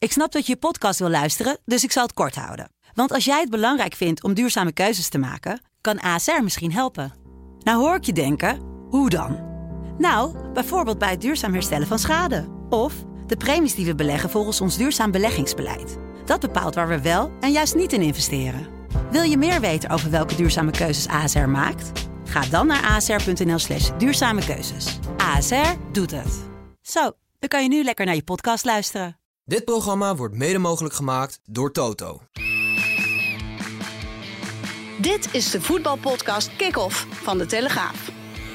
Ik snap dat je podcast wil luisteren, dus ik zal het kort houden. Want als jij het belangrijk vindt om duurzame keuzes te maken, kan ASR misschien helpen. Nou hoor ik je denken, hoe dan? Nou, bijvoorbeeld bij het duurzaam herstellen van schade. Of de premies die we beleggen volgens ons duurzaam beleggingsbeleid. Dat bepaalt waar we wel en juist niet in investeren. Wil je meer weten over welke duurzame keuzes ASR maakt? Ga dan naar asr.nl/duurzame keuzes. ASR doet het. Zo, dan kan je nu lekker naar je podcast luisteren. Dit programma wordt mede mogelijk gemaakt door Toto. Dit is de voetbalpodcast Kick-Off van De Telegraaf.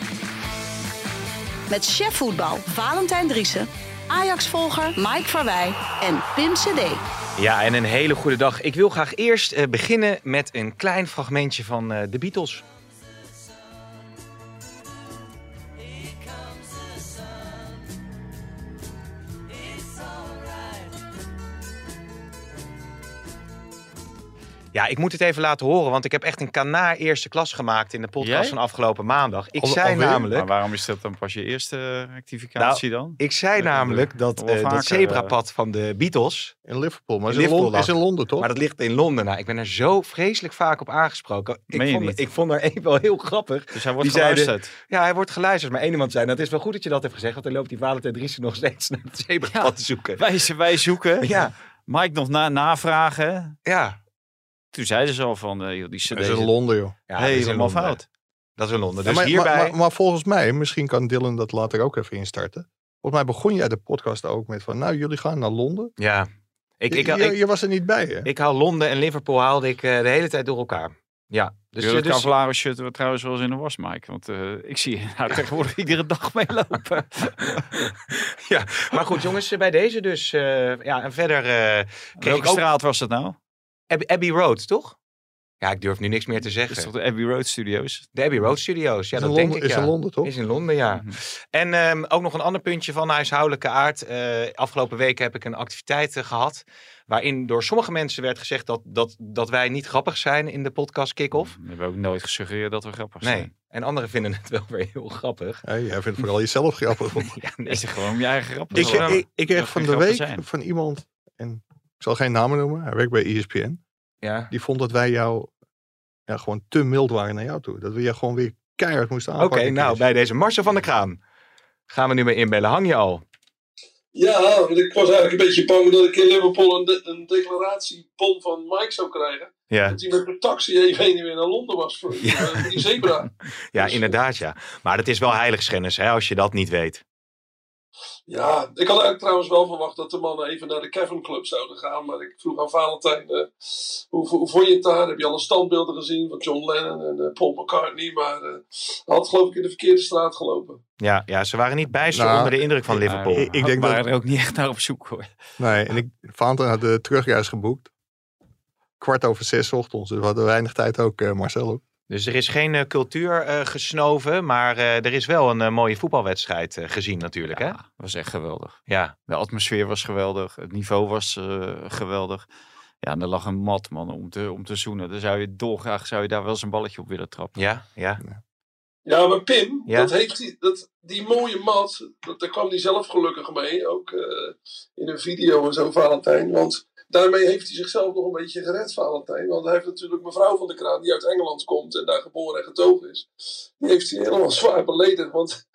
Met chef voetbal Valentijn Driessen, Ajax-volger Mike Verwij en Pim CD. Ja, en een hele goede dag. Ik wil graag eerst beginnen met een klein fragmentje van de Beatles. Ja, ik moet het even laten horen, want ik heb echt een kanaar eerste klas gemaakt in de podcast van afgelopen maandag. Ik zei namelijk... Maar waarom is dat dan pas je eerste rectificatie dan? Ik zei namelijk dat zebrapad van de Beatles... In Liverpool, maar is in Londen toch? Maar dat ligt in Londen. Nou, ik ben er zo vreselijk vaak op aangesproken. Ik vond er één wel heel grappig. Dus hij wordt geluisterd? Ja, hij wordt geluisterd. Maar één iemand zei, nou, het is wel goed dat je dat hebt gezegd, want dan loopt die Valentijn Driessen nog steeds naar het zebrapad te zoeken. Wij zoeken. Ja. Mike nog navragen. Ja. Toen zeiden ze al van, die CD dat is in Londen, joh. Ja, helemaal fout. Dat is in Londen. Dus ja, hierbij... maar volgens mij, misschien kan Dylan dat later ook even instarten. Volgens mij begon jij de podcast ook met van, nou, jullie gaan naar Londen. Ja. Je was er niet bij, hè? Ik haal Londen en Liverpool haalde ik de hele tijd door elkaar. Ja. Dus het Cavallaro shirt we trouwens wel eens in de was, Mike. Want ik zie je nou tegenwoordig iedere dag meelopen. Ja, maar goed jongens, bij deze dus. Ja, en verder... Welke straat was dat nou? Abbey Road, toch? Ja, ik durf nu niks meer te zeggen. Dat is toch de Abbey Road Studios? De Abbey Road Studios, ja, dat denk ik, ja. Is in Londen, toch? Is in Londen, ja. Mm-hmm. En ook nog een ander puntje van huishoudelijke aard. Afgelopen weken heb ik een activiteit gehad, waarin door sommige mensen werd gezegd dat wij niet grappig zijn in de podcast Kick-Off. We hebben ook nooit gesuggereerd dat we grappig zijn. Nee, en anderen vinden het wel weer heel grappig. Hey, jij vindt vooral jezelf grappig. Ja, nee. Is het gewoon je eigen grappig? Ik kreeg van de week van iemand, en ik zal geen namen noemen, hij werkt bij ESPN. Ja. Die vond dat wij jou gewoon te mild waren naar jou toe. Dat we jou gewoon weer keihard moesten aanpakken. Oké, nou, bij deze Marcel van der Kraan gaan we nu mee inbellen. Hang je al? Ja, want ik was eigenlijk een beetje bang dat ik in Liverpool een declaratiebon van Mike zou krijgen. Ja. Dat hij met de taxi even heen en weer naar Londen was voor die zebra. Ja, dus, inderdaad, ja. Maar dat is wel heiligschennis, hè, als je dat niet weet. Ja, ik had eigenlijk trouwens wel verwacht dat de mannen even naar de Cavern Club zouden gaan. Maar ik vroeg aan Valentijn, hoe vond je het daar? Heb je alle standbeelden gezien van John Lennon en Paul McCartney? Maar hij had geloof ik in de verkeerde straat gelopen. Ja, ze waren niet bijster onder de indruk van Liverpool. Ik denk dat er ook niet echt naar op zoek, hoor. Nee, en Valentijn had de terugreis geboekt. 5:45 ochtends, dus we hadden weinig tijd ook, Marcel ook. Dus er is geen cultuur gesnoven, maar er is wel een mooie voetbalwedstrijd gezien natuurlijk. Ja, hè? Dat was echt geweldig. Ja. De atmosfeer was geweldig, het niveau was geweldig. Ja, en er lag een mat, man, om te zoenen. Dan zou je dolgraag daar wel eens een balletje op willen trappen. Ja. Ja, maar Pim, ja? die mooie mat, daar kwam hij zelf gelukkig mee. Ook in een video en zo, Valentijn. Want daarmee heeft hij zichzelf nog een beetje gered, Valentijn. Want hij heeft natuurlijk mevrouw van der Kraan, die uit Engeland komt en daar geboren en getogen is. Die heeft hij helemaal zwaar beledigd. Want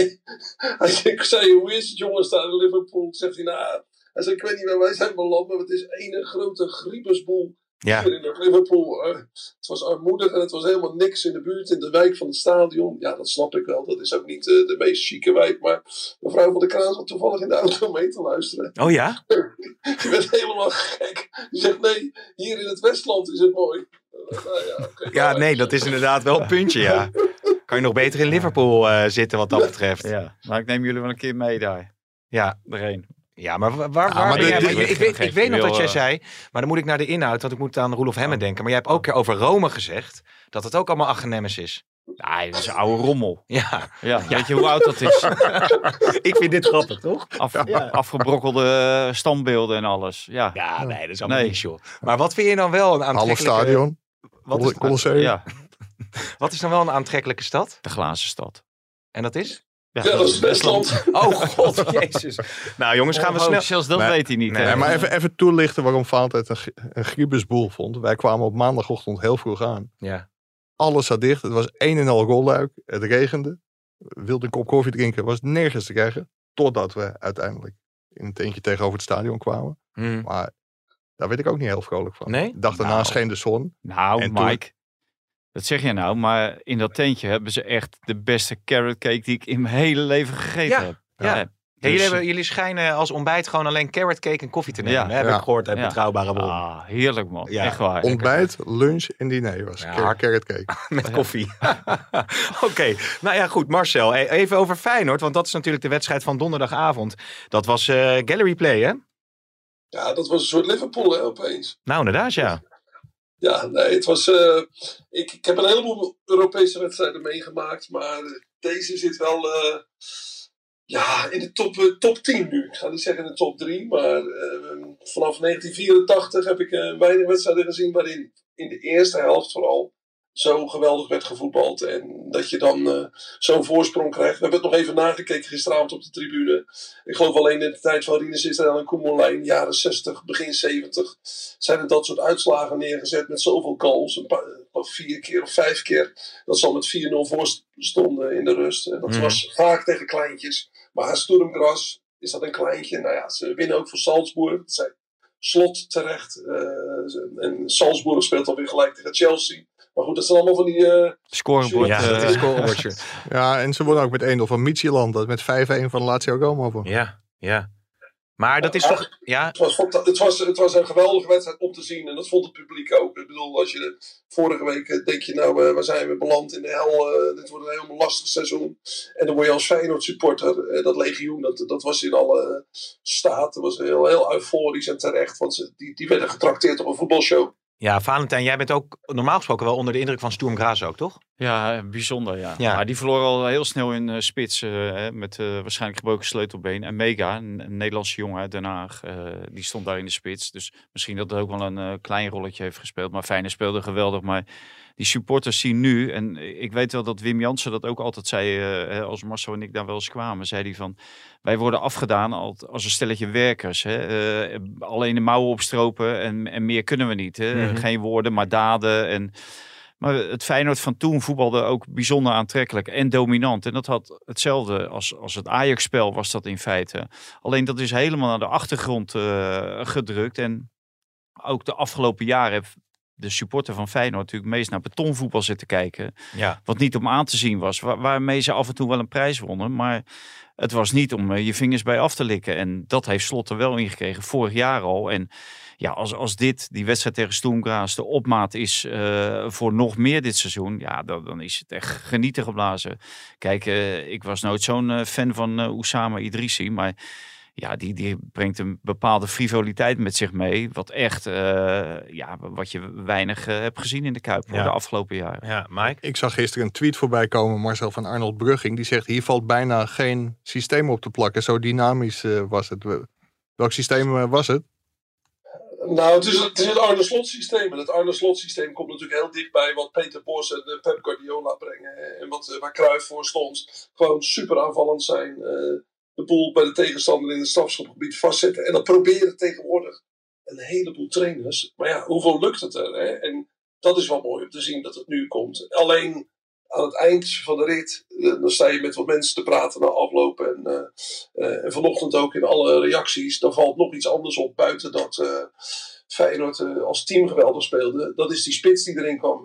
ik zei, hoe is het jongens daar in Liverpool? Zegt hij, nou, hij zei, ik weet niet waar wij zijn beland, maar het is één grote griebesboel. Ja. Hier in Liverpool. Het was armoedig en het was helemaal niks in de buurt, in de wijk van het stadion. Ja, dat snap ik wel. Dat is ook niet de meest chique wijk. Maar mevrouw van der Kraan zat toevallig in de auto mee te luisteren. Oh ja? Die werd helemaal gek. Die zegt, nee, hier in het Westland is het mooi. Nee, dat is inderdaad wel een puntje, ja. Kan je nog beter in Liverpool zitten wat dat betreft. Ja, maar ik neem jullie wel een keer mee daar. Ja, erheen. Ja, maar waar ik weet nog dat jij zei, maar dan moet ik naar de inhoud, want ik moet aan Roelof Hemmen denken. Maar jij hebt ook keer over Rome gezegd, dat het ook allemaal Achenemes is. Nee, dat is een oude rommel. Ja. Weet je hoe oud dat is? Ik vind dit grappig, toch? Afgebrokkelde standbeelden en alles. Ja, nee, dat is allemaal niks, joh. Maar wat vind je dan wel een aantrekkelijke... Half stadion. Colosseum. Ja. Wat is dan wel een aantrekkelijke stad? De glazen stad. En dat is? Ja, dat is Westland. Oh god, jezus. Nou jongens, gaan we snel... Zelfs dat Nee. weet hij niet. Nee, hè? Nee, maar even toelichten waarom Valentijn een griebesboel vond. Wij kwamen op maandagochtend heel vroeg aan. Ja. Alles zat dicht. Het was een en al rolluik. Het regende. We wilden een kop koffie drinken. Was nergens te krijgen. Totdat we uiteindelijk in een tentje tegenover het stadion kwamen. Hm. Maar daar werd ik ook niet heel vrolijk van. Nee? De dag daarna Nou. scheen de zon. Nou, En toen- Mike, dat zeg je nou, maar in dat tentje hebben ze echt de beste carrot cake die ik in mijn hele leven gegeten Ja, heb. ja. Ja, Dus, jullie schijnen als ontbijt gewoon alleen carrot cake en koffie te nemen. Ja. Hè? Heb Ja. ik gehoord uit Ja. betrouwbare bronnen. Ah, heerlijk man. Ja. Echt waar. Ontbijt, lunch en diner was Ja. carrot cake. Met koffie. Oké, nou ja goed. Marcel, even over Feyenoord. Want dat is natuurlijk de wedstrijd van donderdagavond. Dat was Gallery Play, hè? Ja, dat was een soort Liverpool hè, opeens. Nou, inderdaad, ja. Ja, nee, het was... ik heb een heleboel Europese wedstrijden meegemaakt. Maar deze zit wel in de top 10 nu. Ik ga niet zeggen in de top 3. Maar vanaf 1984 heb ik weinig wedstrijden gezien waarin in de eerste helft vooral zo geweldig werd gevoetbald. En dat je dan zo'n voorsprong krijgt. We hebben het nog even nagekeken gisteravond op de tribune. Ik geloof alleen in de tijd van Rinus Israël en Koemelijn, jaren 60, begin 70, zijn er dat soort uitslagen neergezet met zoveel goals. Een paar 4 keer of 5 keer. Dat ze al met 4-0 voor stonden in de rust. En dat was vaak tegen kleintjes. Maar Sturm Graz is dat een kleintje. Nou ja, ze winnen ook voor Salzburg. Dat zijn Slot terecht. En Salzburg speelt alweer gelijk tegen Chelsea. Maar goed, dat zijn allemaal van die... Scorebord. Ja, dat is scorebordje. Ja, en ze wonnen ook met 1-0 van Midtjylland. Dat met 5-1 van Lazio Roma. Ja. Maar dat is toch... Ja, Het was een geweldige wedstrijd om te zien. En dat vond het publiek ook. Ik bedoel, als je vorige week denk je nou, waar zijn we beland in de hel? Dit wordt een heel lastig seizoen. En dan word je als Feyenoord supporter. Dat legioen, dat was in alle staat. Dat was heel euforisch en terecht. Want die werden getrakteerd op een voetbalshow. ja, Valentijn, jij bent ook normaal gesproken wel onder de indruk van Sturm Graz ook, toch? Ja, bijzonder ja. Ja. Maar die verloor al heel snel in spits met waarschijnlijk gebroken sleutelbeen. En Mega, een Nederlandse jongen uit Den Haag, die stond daar in de spits. Dus misschien dat het ook wel een klein rolletje heeft gespeeld. Maar Feyenoord speelde geweldig. Maar die supporters zien nu, en ik weet wel dat Wim Jansen dat ook altijd zei, als Marcel en ik daar wel eens kwamen, zei hij van, wij worden afgedaan als een stelletje werkers. Hè? Alleen de mouwen opstropen en meer kunnen we niet. Hè? Mhm. Geen woorden, maar daden. Maar het Feyenoord van toen voetbalde ook bijzonder aantrekkelijk en dominant. En dat had hetzelfde als het Ajax-spel was dat in feite. Alleen dat is helemaal naar de achtergrond gedrukt. En ook de afgelopen jaren heeft de supporter van Feyenoord natuurlijk meest naar betonvoetbal zitten kijken. Ja. Wat niet om aan te zien was. Waarmee ze af en toe wel een prijs wonnen. Maar het was niet om je vingers bij af te likken. En dat heeft Slot er wel in gekregen. Vorig jaar al. En ja, als die wedstrijd tegen Sturm Graz de opmaat is voor nog meer dit seizoen. Ja, dan is het echt genieten geblazen. Kijk, ik was nooit zo'n fan van Oussama Idrissi. Maar ja, die brengt een bepaalde frivoliteit met zich mee. Wat echt, wat je weinig hebt gezien in de Kuip de afgelopen jaren. Ja, Mike? Ik zag gisteren een tweet voorbij komen, Marcel, van Arnold Brugging. Die zegt, hier valt bijna geen systeem op te plakken. Zo dynamisch was het. Welk systeem was het? Nou, het is het Arne Slot systeem. En het Arne Slot systeem komt natuurlijk heel dichtbij wat Peter Bos en Pep Guardiola brengen. En waar Cruijff voor stond. Gewoon super aanvallend zijn. De boel bij de tegenstander in het strafschopgebied vastzetten. En dat proberen tegenwoordig een heleboel trainers. Maar ja, hoeveel lukt het er? Hè? En dat is wel mooi om te zien dat het nu komt. Alleen aan het eind van de rit, dan sta je met wat mensen te praten na afloop. En vanochtend ook in alle reacties, dan valt nog iets anders op. Buiten dat Feyenoord als team geweldig speelde. Dat is die spits die erin kwam.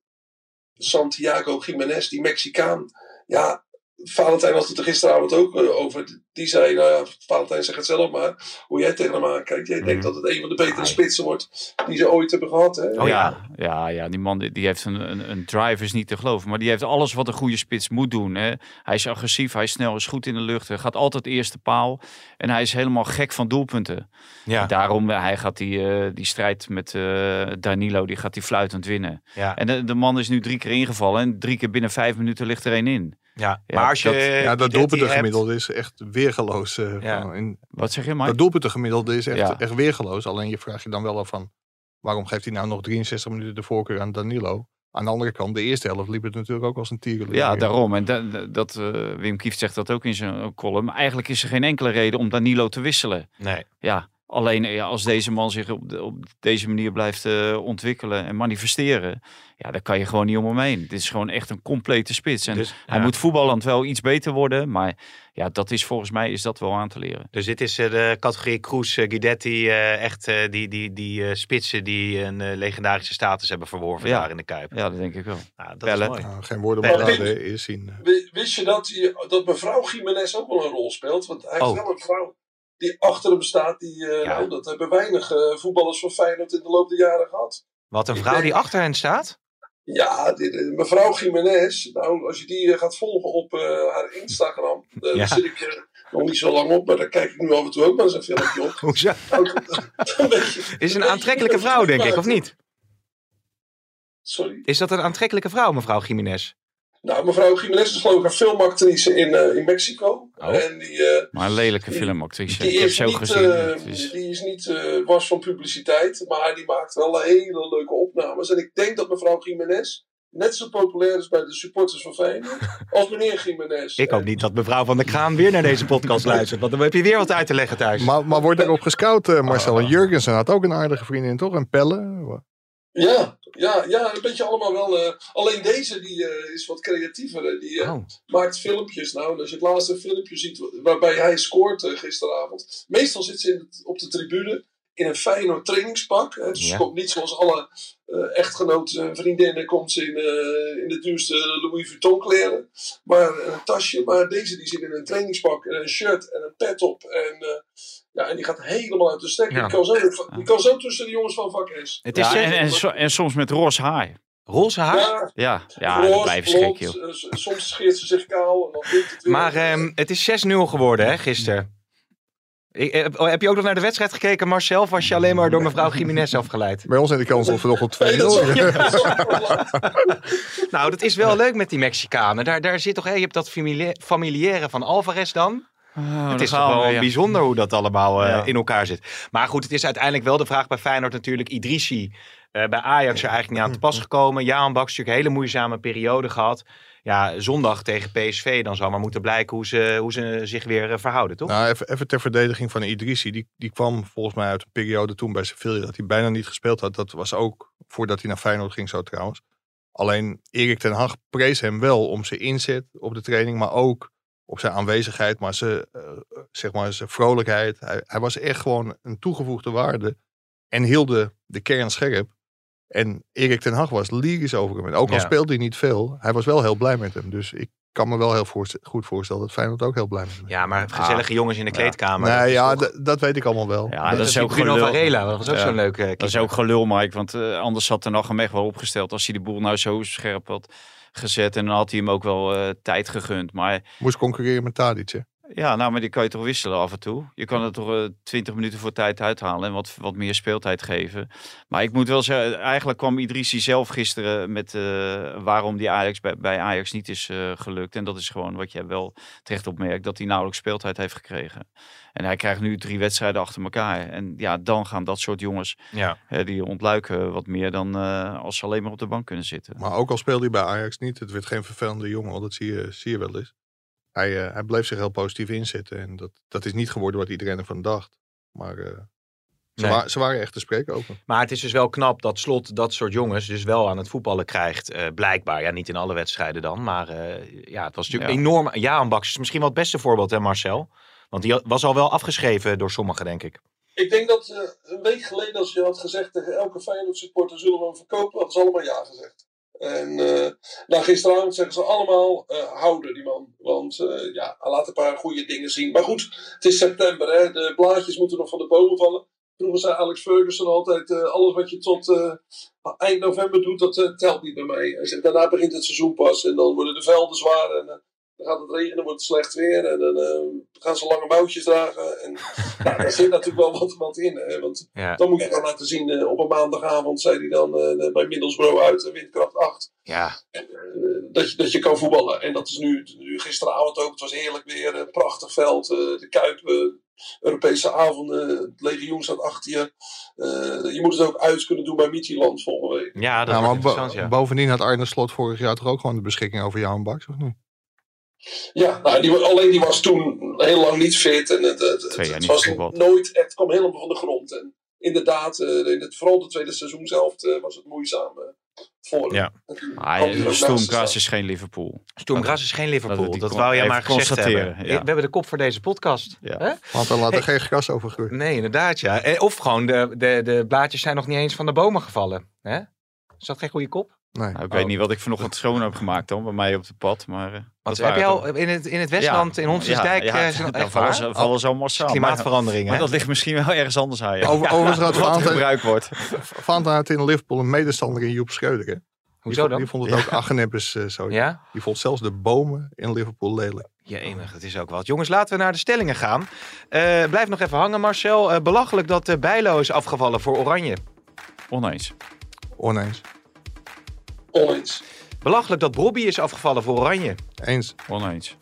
Santiago Gimenez, die Mexicaan. Ja, Valentijn had het er gisteravond ook over. Die zei, nou ja, Valentijn zegt het zelf maar. Hoe jij tegen hem aankijkt. Jij denkt dat het een van de betere spitsen wordt die ze ooit hebben gehad. Hè? Oh ja. Ja, die man die heeft een drive is niet te geloven. Maar die heeft alles wat een goede spits moet doen. Hè. Hij is agressief, hij is snel, is goed in de lucht. Hij gaat altijd eerste paal. En hij is helemaal gek van doelpunten. Ja. Daarom, hij gaat die strijd met Danilo, die gaat die fluitend winnen. Ja. En de man is nu 3 keer ingevallen. En 3 keer binnen 5 minuten ligt er 1 in. Ja, Ja, maar als je... dat doelpuntengemiddelde is echt weergeloos. Wat zeg je, Mike? Dat doelpuntengemiddelde is Ja. echt weergeloos. Alleen je vraagt je dan wel af van, waarom geeft hij nou nog 63 minuten de voorkeur aan Danilo? Aan de andere kant, de eerste helft liep het natuurlijk ook als een tierenlier. Ja, daarom. En Wim Kieft zegt dat ook in zijn column. Eigenlijk is er geen enkele reden om Danilo te wisselen. Nee. Ja, alleen als deze man zich op deze manier blijft ontwikkelen en manifesteren, ja, daar kan je gewoon niet omheen. Dit is gewoon echt een complete spits. En Dus, hij moet voetballend wel iets beter worden, maar ja, volgens mij is dat wel aan te leren. Dus dit is de categorie Kroes, Guidetti, echt die spitsen die een legendarische status hebben verworven daar in de Kuip. Ja, dat denk ik wel. Nou, dat is mooi. Geen woorden op raden, eerst zien. Wist je dat mevrouw Gimenez ook wel een rol speelt? Want hij heeft wel een vrouw die achter hem staat. Nou, dat hebben weinig voetballers van Feyenoord in de loop der jaren gehad. Wat, een vrouw die achter hen staat? Ja, mevrouw Gimenez. Nou, als je die gaat volgen op haar Instagram. Daar zit ik nog niet zo lang op. Maar daar kijk ik nu af en toe ook maar eens een filmpje op. Hoezo? Is een aantrekkelijke vrouw, denk ik, of niet? Sorry? Is dat een aantrekkelijke vrouw, mevrouw Gimenez? Nou, mevrouw Gimenez is geloof ik een filmactrice in Mexico. Oh. En Maar een lelijke filmactrice. Die Ik heb is ze ook gezien. die is niet was van publiciteit, maar die maakt wel hele leuke opnames. En ik denk dat mevrouw Gimenez net zo populair is bij de supporters van Feyenoord als meneer Gimenez. Ik hoop niet dat mevrouw Van der Kraan weer naar deze podcast luistert, want dan heb je weer wat uit te leggen thuis. Maar wordt erop gescout, Marcel. En Jurgensen had ook een aardige vriendin, toch? En Pelle. Ja, een beetje allemaal wel. Alleen deze die is wat creatiever. Die maakt filmpjes. Nou, als je het laatste filmpje ziet waarbij hij scoort gisteravond. Meestal zit ze op de tribune in een Feyenoord trainingspak. Dus ze komt niet zoals alle echtgenoten en vriendinnen komt ze in de duurste Louis Vuitton kleren. Maar een tasje. Maar deze die zit in een trainingspak en een shirt en een pet op. En die gaat helemaal uit de stekker. Ja. Die kan zo tussen de jongens van vak S. Het is En soms met roze haar. roze haar. Ja, roze, dat blijft schrik, joh. Soms scheert ze zich kaal en dan wint het weer. Maar het is 6-0 geworden, hè, gisteren. Heb je ook nog naar de wedstrijd gekeken, Marcel? Of was je alleen maar door mevrouw Gimenez afgeleid? Bij ons zijn de kans of we nog op 2-0. Nou, dat is wel leuk met die Mexicanen. Daar zit toch, je hebt dat familiaire van Alvarez dan. Het is toch wel bijzonder hoe dat allemaal in elkaar zit. Maar goed, het is uiteindelijk wel de vraag bij Feyenoord natuurlijk. Idrissi bij Ajax er eigenlijk niet aan te pas gekomen. Jaan Baks natuurlijk een hele moeizame periode gehad. Ja, zondag tegen PSV, dan zal maar moeten blijken hoe ze zich weer verhouden, toch? Nou, even ter verdediging van Idrissi. Die kwam volgens mij uit een periode toen bij Sevilla dat hij bijna niet gespeeld had. Dat was ook voordat hij naar Feyenoord ging zo trouwens. Alleen Erik ten Hag prees hem wel om zijn inzet op de training, maar ook op zijn aanwezigheid, maar zijn vrolijkheid. Hij was echt gewoon een toegevoegde waarde en hield de kern scherp. En Erik ten Hag was lyrisch over hem. En ook al speelde hij niet veel, hij was wel heel blij met hem. Dus ik kan me wel heel goed voorstellen dat Feyenoord ook heel blij met hem is. Ja, maar gezellige jongens in de kleedkamer. Nee, dat weet ik allemaal wel. Ja, dat is ook Bruno gelul. Varela, dat was ook zo'n leuke Dat is ook gelul, Mike. Want anders had Ten Hag hem echt wel opgesteld als hij de boel nou zo scherp had gezet. En dan had hij hem ook wel tijd gegund. Maar moest concurreren met Tadic, hè? ja, nou, maar die kan je toch wisselen af en toe. Je kan er toch 20 minuten voor tijd uithalen en wat meer speeltijd geven. Maar ik moet wel zeggen, eigenlijk kwam Idrissi zelf gisteren met waarom die bij Ajax niet is gelukt. En dat is gewoon wat jij wel terecht opmerkt, dat hij nauwelijks speeltijd heeft gekregen. En hij krijgt nu 3 wedstrijden achter elkaar. En ja, dan gaan dat soort jongens, die ontluiken wat meer dan als ze alleen maar op de bank kunnen zitten. Maar ook al speelde hij bij Ajax niet, het werd geen vervelende jongen, want dat zie je wel eens. Hij bleef zich heel positief inzetten. En dat is niet geworden wat iedereen ervan dacht. Maar ze waren echt te spreken over. Maar het is dus wel knap dat Slot dat soort jongens dus wel aan het voetballen krijgt. Blijkbaar. Ja, niet in alle wedstrijden dan. Maar het was natuurlijk enorm. Jaan Baks is misschien wel het beste voorbeeld, hè Marcel? Want die was al wel afgeschreven door sommigen, denk ik. Ik denk dat een week geleden, als je had gezegd tegen elke Feyenoord supporter zullen we hem verkopen, hadden ze allemaal ja gezegd. En gisteravond zeggen ze allemaal houden die man. Want hij laat een paar goede dingen zien. Maar goed, het is september. Hè? De blaadjes moeten nog van de bomen vallen. Vroeger zei Alex Ferguson altijd, alles wat je tot eind november doet, dat telt niet bij mij. Hij zegt, daarna begint het seizoen pas. En dan worden de velden zwaar. En dan gaat het regenen, wordt het slecht weer. En dan gaan ze lange mouwtjes dragen. En daar zit natuurlijk wel wat in. Hè? Want dan moet je dan laten zien, op een maandagavond zei hij dan bij Middlesbrough uit, windkracht 8. Ja. Dat je kan voetballen. En dat is nu gisteravond ook. Het was heerlijk weer, een prachtig veld. De Kuip Europese avonden. Het legioen staat achter je. Je moet het ook uit kunnen doen bij Midtjylland volgende week. Ja, dat Ja, wordt maar interessant, ja. bovendien had Arne Slot vorig jaar toch ook gewoon de beschikking over Johan Baks, of niet? Ja, nou, alleen die was toen heel lang niet fit. En het was nooit, het kwam helemaal van de grond. En inderdaad, vooral de tweede seizoenshelft was het moeizaam voor hem. Ja. Stoemgras is geen Liverpool. Stoemgras is geen Liverpool. Dat wou jij even maar gezegd constateren, hebben. ja. We hebben de kop voor deze podcast. Ja. Hè? Want dan laat er geen gras over groeien. Nee, inderdaad, ja. Of gewoon de blaadjes zijn nog niet eens van de bomen gevallen. Hè? Is dat geen goede kop? Nee. Nou, ik weet niet wat ik vanochtend schoon heb gemaakt dan, bij mij op het pad. Maar, Want heb je al in het Westland, in Honsdijk, dan vallen ze allemaal samen. Klimaatverandering, maar hè? dat ligt misschien wel ergens anders aan je. Overigens had wat gebruikt wordt. Fanta had in Liverpool een medestander in Joep Schreuder. Hè? Hoezo dan? Die vond het ook aggeneppes zo. Ja? Die vond zelfs de bomen in Liverpool lelijk. Jemig, dat is ook wat. Jongens, laten we naar de stellingen gaan. Blijf nog even hangen, Marcel. Belachelijk dat Bijlo is afgevallen voor Oranje. Oneens. Oneens. Oneens. Belachelijk dat Bobby is afgevallen voor Oranje. Eens. Oneens.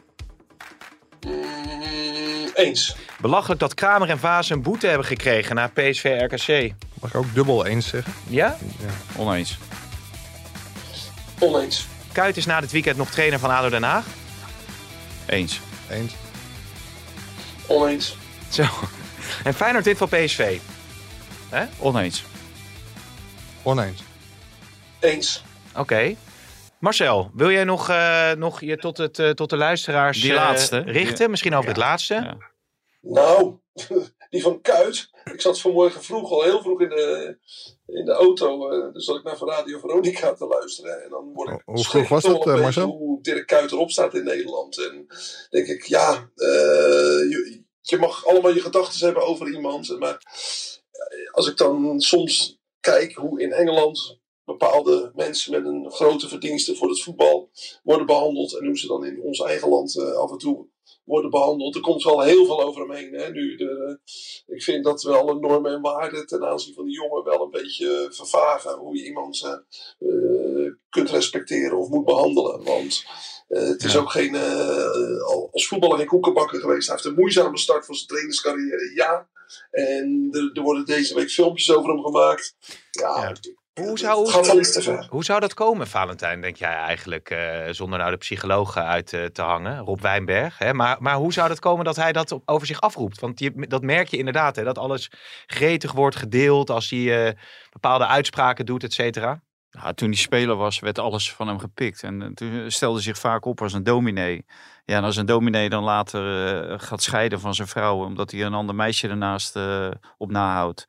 Eens. Belachelijk dat Kramer en Vaas een boete hebben gekregen na PSV-RKC. Mag ik ook dubbel eens zeggen? Ja? Oneens. Oneens. Kuyt is na dit weekend nog trainer van ADO Den Haag. Eens. Eens. Oneens. Zo. En Feyenoord wint van PSV. Oneens. Oneens. Eens. Oké. Marcel, wil jij nog je tot de luisteraars Die laatste. richten? Misschien over het laatste? Ja. Nou, die van Kuyt. Ik zat vanmorgen vroeg, al heel vroeg in de auto. Dus zat ik naar van Radio Veronica te luisteren. En dan word ik Hoe vroeg was dat, Marcel? hoe Dirk Kuyt erop staat in Nederland. En denk ik, ja, je mag allemaal je gedachten hebben over iemand. Maar als ik dan soms kijk hoe in Engeland bepaalde mensen met een grote verdienste voor het voetbal worden behandeld. En hoe ze dan in ons eigen land af en toe worden behandeld. Er komt wel heel veel over hem heen. Hè, nu. Ik vind dat wel een normen en waarden ten aanzien van die jongen wel een beetje vervagen. Hoe je iemand kunt respecteren of moet behandelen. Want het is ook geen, als voetballer geen koekenbakker geweest. Hij heeft een moeizame start van zijn trainerscarrière. Ja. En er worden deze week filmpjes over hem gemaakt. Ja. Het gaat wel iets te ver. Hoe zou dat komen, Valentijn, denk jij eigenlijk, zonder nou de psychologen uit te hangen, Rob Wijnberg. Hè? Maar hoe zou dat komen dat hij dat over zich afroept? Want dat merk je inderdaad, hè, dat alles gretig wordt gedeeld als hij bepaalde uitspraken doet, et cetera. Ja, toen hij speler was, werd alles van hem gepikt. En toen stelde hij zich vaak op als een dominee. Ja, en als een dominee dan later gaat scheiden van zijn vrouw, omdat hij een ander meisje ernaast op nahoudt.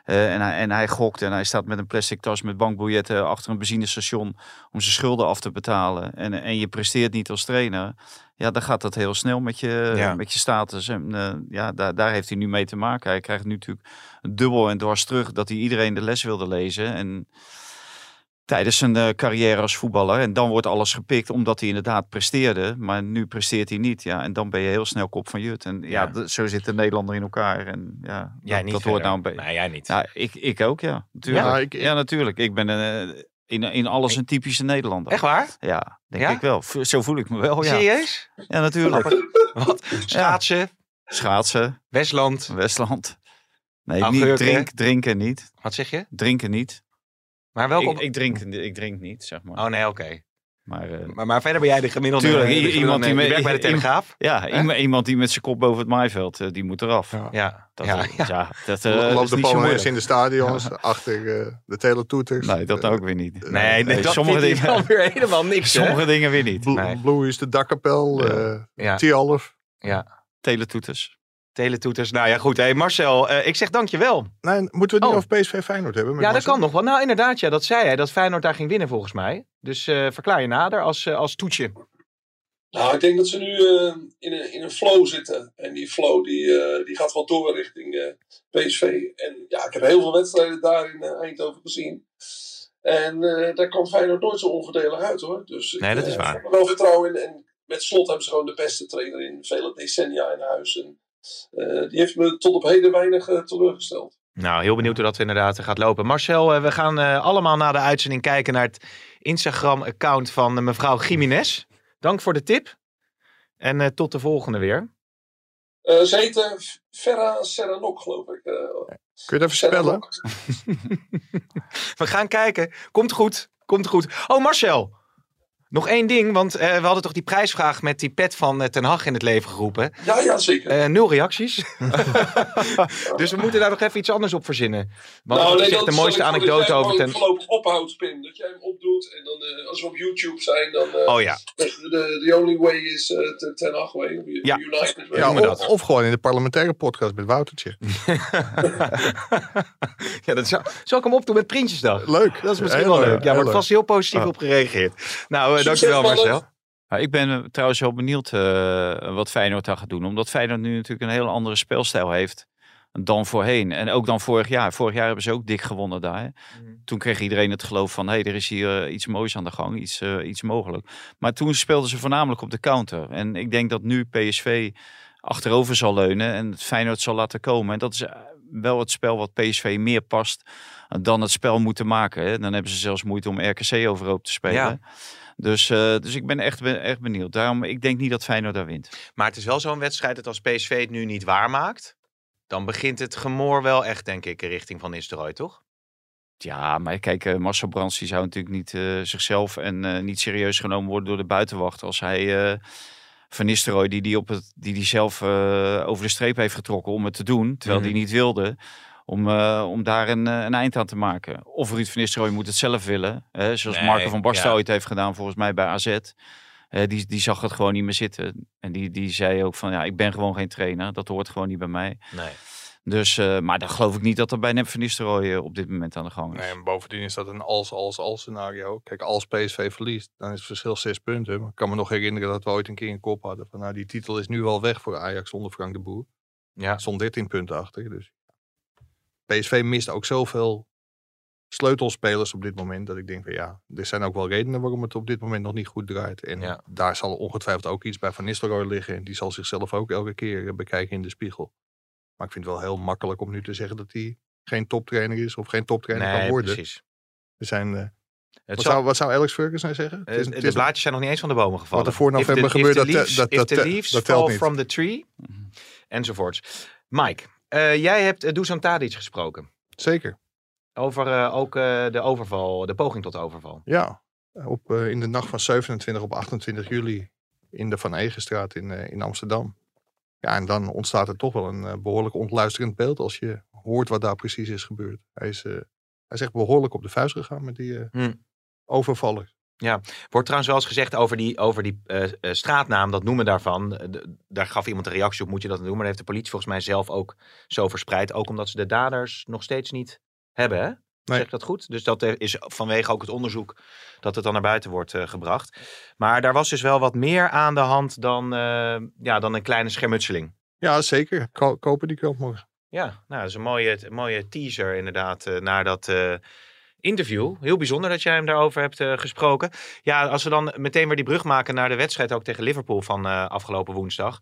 En hij gokt en hij staat met een plastic tas met bankbiljetten achter een benzinestation om zijn schulden af te betalen. En je presteert niet als trainer. Ja, dan gaat dat heel snel met je status. En daar heeft hij nu mee te maken. Hij krijgt nu natuurlijk dubbel en dwars terug dat hij iedereen de les wilde lezen. En tijdens zijn carrière als voetballer. En dan wordt alles gepikt omdat hij inderdaad presteerde. Maar nu presteert hij niet. Ja, en dan ben je heel snel kop van Jut. En zo zit de Nederlander in elkaar. En jij niet dat hoort nou een beetje. Nee, jij niet. Ja, ik ook, ja. Natuurlijk. Ja, Natuurlijk. Ik ben in alles een typische Nederlander. Echt waar? Ja, denk ik wel. Zo voel ik me wel, ja. Serieus? Ja, natuurlijk. Wat? Schaatsen? Schaatsen. Westland? Nee, Augurken. niet drinken niet. Wat zeg je? Drinken niet. Maar welkom? Ik drink niet, zeg maar. Oh nee, oké. Maar verder ben jij de gemiddelde. Tuurlijk, iemand die werkt bij de Telegraaf. Iemand die met zijn kop boven het maaiveld, die moet eraf. Dat loopt is de niet zo Polonaise moeilijk. in de stadions, achter de teletoeters. Nee, dat ook weer niet. Nee, dat sommige vindt hij dingen dan weer helemaal niks. Sommige dingen weer niet. Blue is de dakkapel, T-Alf. Ja. Teletoeters. Teletoeters. Nou ja, goed. Hey Marcel, ik zeg dankjewel. Nee, moeten we het niet over PSV Feyenoord hebben? Ja, dat kan nog wel. Nou, inderdaad, dat zei hij. Dat Feyenoord daar ging winnen volgens mij. Dus verklaar je nader als toetje. Nou, ik denk dat ze nu in een flow zitten. En die flow die gaat wel door richting PSV. En ja, ik heb heel veel wedstrijden daar in Eindhoven gezien. En daar kwam Feyenoord nooit zo onvoordelig uit, hoor. Dus nee, dat is waar. Ik heb er wel vertrouwen in. En met Slot hebben ze gewoon de beste trainer in vele decennia in huis. En die heeft me tot op heden weinig teleurgesteld. Nou, heel benieuwd hoe dat inderdaad gaat lopen. Marcel, we gaan allemaal na de uitzending kijken naar het Instagram-account van mevrouw Gimenez. Dank voor de tip. En tot de volgende weer. Ze heette Ferra Serranok, geloof ik. Kun je het even spellen? We gaan kijken. Komt goed. Oh, Marcel. Nog één ding, want we hadden toch die prijsvraag met die pet van Ten Hag in het leven geroepen. Ja, zeker. 0 reacties. Dus we moeten daar nog even iets anders op verzinnen. Want de mooiste anekdote over Ten Hag. Voorlopig ophoudt, Pim. Dat jij hem opdoet. En dan, als we op YouTube zijn, dan... The only way is Ten Hag way. United way. Ja, of gewoon in de parlementaire podcast met Woutertje. Ja, dat zal ik hem opdoen met Prinsjesdag. Leuk. Dat is misschien wel leuk. Ja, wordt vast heel positief op gereageerd. Nou, dankjewel Marcel. Ik ben trouwens wel benieuwd wat Feyenoord daar gaat doen. Omdat Feyenoord nu natuurlijk een heel andere speelstijl heeft dan voorheen. En ook dan vorig jaar. Vorig jaar hebben ze ook dik gewonnen daar. Toen kreeg iedereen het geloof van... er is hier iets moois aan de gang. Iets mogelijk. Maar toen speelden ze voornamelijk op de counter. En ik denk dat nu PSV achterover zal leunen. En het Feyenoord zal laten komen. En dat is wel het spel wat PSV meer past... dan het spel moeten maken. Hè. Dan hebben ze zelfs moeite om RKC overhoop te spelen. Ja. Dus ik ben echt benieuwd. Daarom, ik denk niet dat Feyenoord daar wint. Maar het is wel zo'n wedstrijd dat als PSV het nu niet waarmaakt... dan begint het gemor wel echt, denk ik, richting Van Nistelrooy, toch? Ja, maar kijk, Marcel Brands die zou natuurlijk niet zichzelf en niet serieus genomen worden door de buitenwacht. Als hij Van Nistelrooy, die zelf over de streep heeft getrokken om het te doen, terwijl hij niet wilde... Om daar een eind aan te maken. Of Ruud van Nistelrooy moet het zelf willen. Zoals Marco van Basten ooit heeft gedaan volgens mij bij AZ. Die zag het gewoon niet meer zitten. En die zei ook van ik ben gewoon geen trainer. Dat hoort gewoon niet bij mij. Nee. Dus, maar dan geloof ik niet dat er bij Van Nistelrooy op dit moment aan de gang is. Nee, en bovendien is dat een als scenario. Kijk, als PSV verliest, dan is het verschil 6 punten. Maar ik kan me nog herinneren dat we ooit een keer een kop hadden. Van die titel is nu al weg voor Ajax zonder Frank de Boer. Ja. Er stond 13 punten achter, dus... PSV mist ook zoveel sleutelspelers op dit moment. Dat ik denk van er zijn ook wel redenen waarom het op dit moment nog niet goed draait. En daar zal ongetwijfeld ook iets bij Van Nistelrooy liggen. En die zal zichzelf ook elke keer bekijken in de spiegel. Maar ik vind het wel heel makkelijk om nu te zeggen dat hij geen toptrainer is. Of geen toptrainer kan worden. Precies. Er zijn... Wat zou Alex Ferguson zeggen? De blaadjes zijn nog niet eens van de bomen gevallen. Wat er voor november gebeurt, dat the leaves fall from the tree. Enzovoorts. Mike... jij hebt Dusan Tadic gesproken. Zeker. Over ook de overval, de poging tot overval. Ja, in de nacht van 27 op 28 juli in de Van Egenstraat in Amsterdam. Ja, en dan ontstaat er toch wel een behoorlijk ontluisterend beeld als je hoort wat daar precies is gebeurd. Hij is echt behoorlijk op de vuist gegaan met die overvaller. Ja, wordt trouwens wel eens gezegd over die straatnaam, dat noemen daarvan. Daar gaf iemand een reactie op, moet je dat doen? Maar dat heeft de politie volgens mij zelf ook zo verspreid. Ook omdat ze de daders nog steeds niet hebben, hè? Nee. Zeg ik dat goed? Dus dat is vanwege ook het onderzoek dat het dan naar buiten wordt gebracht. Maar daar was dus wel wat meer aan de hand dan een kleine schermutseling. Ja, zeker. Kopen die krant morgen. Ja, nou, dat is een mooie teaser inderdaad naar dat... interview. Heel bijzonder dat jij hem daarover hebt gesproken. Ja, als we dan meteen weer die brug maken naar de wedstrijd ook tegen Liverpool van afgelopen woensdag.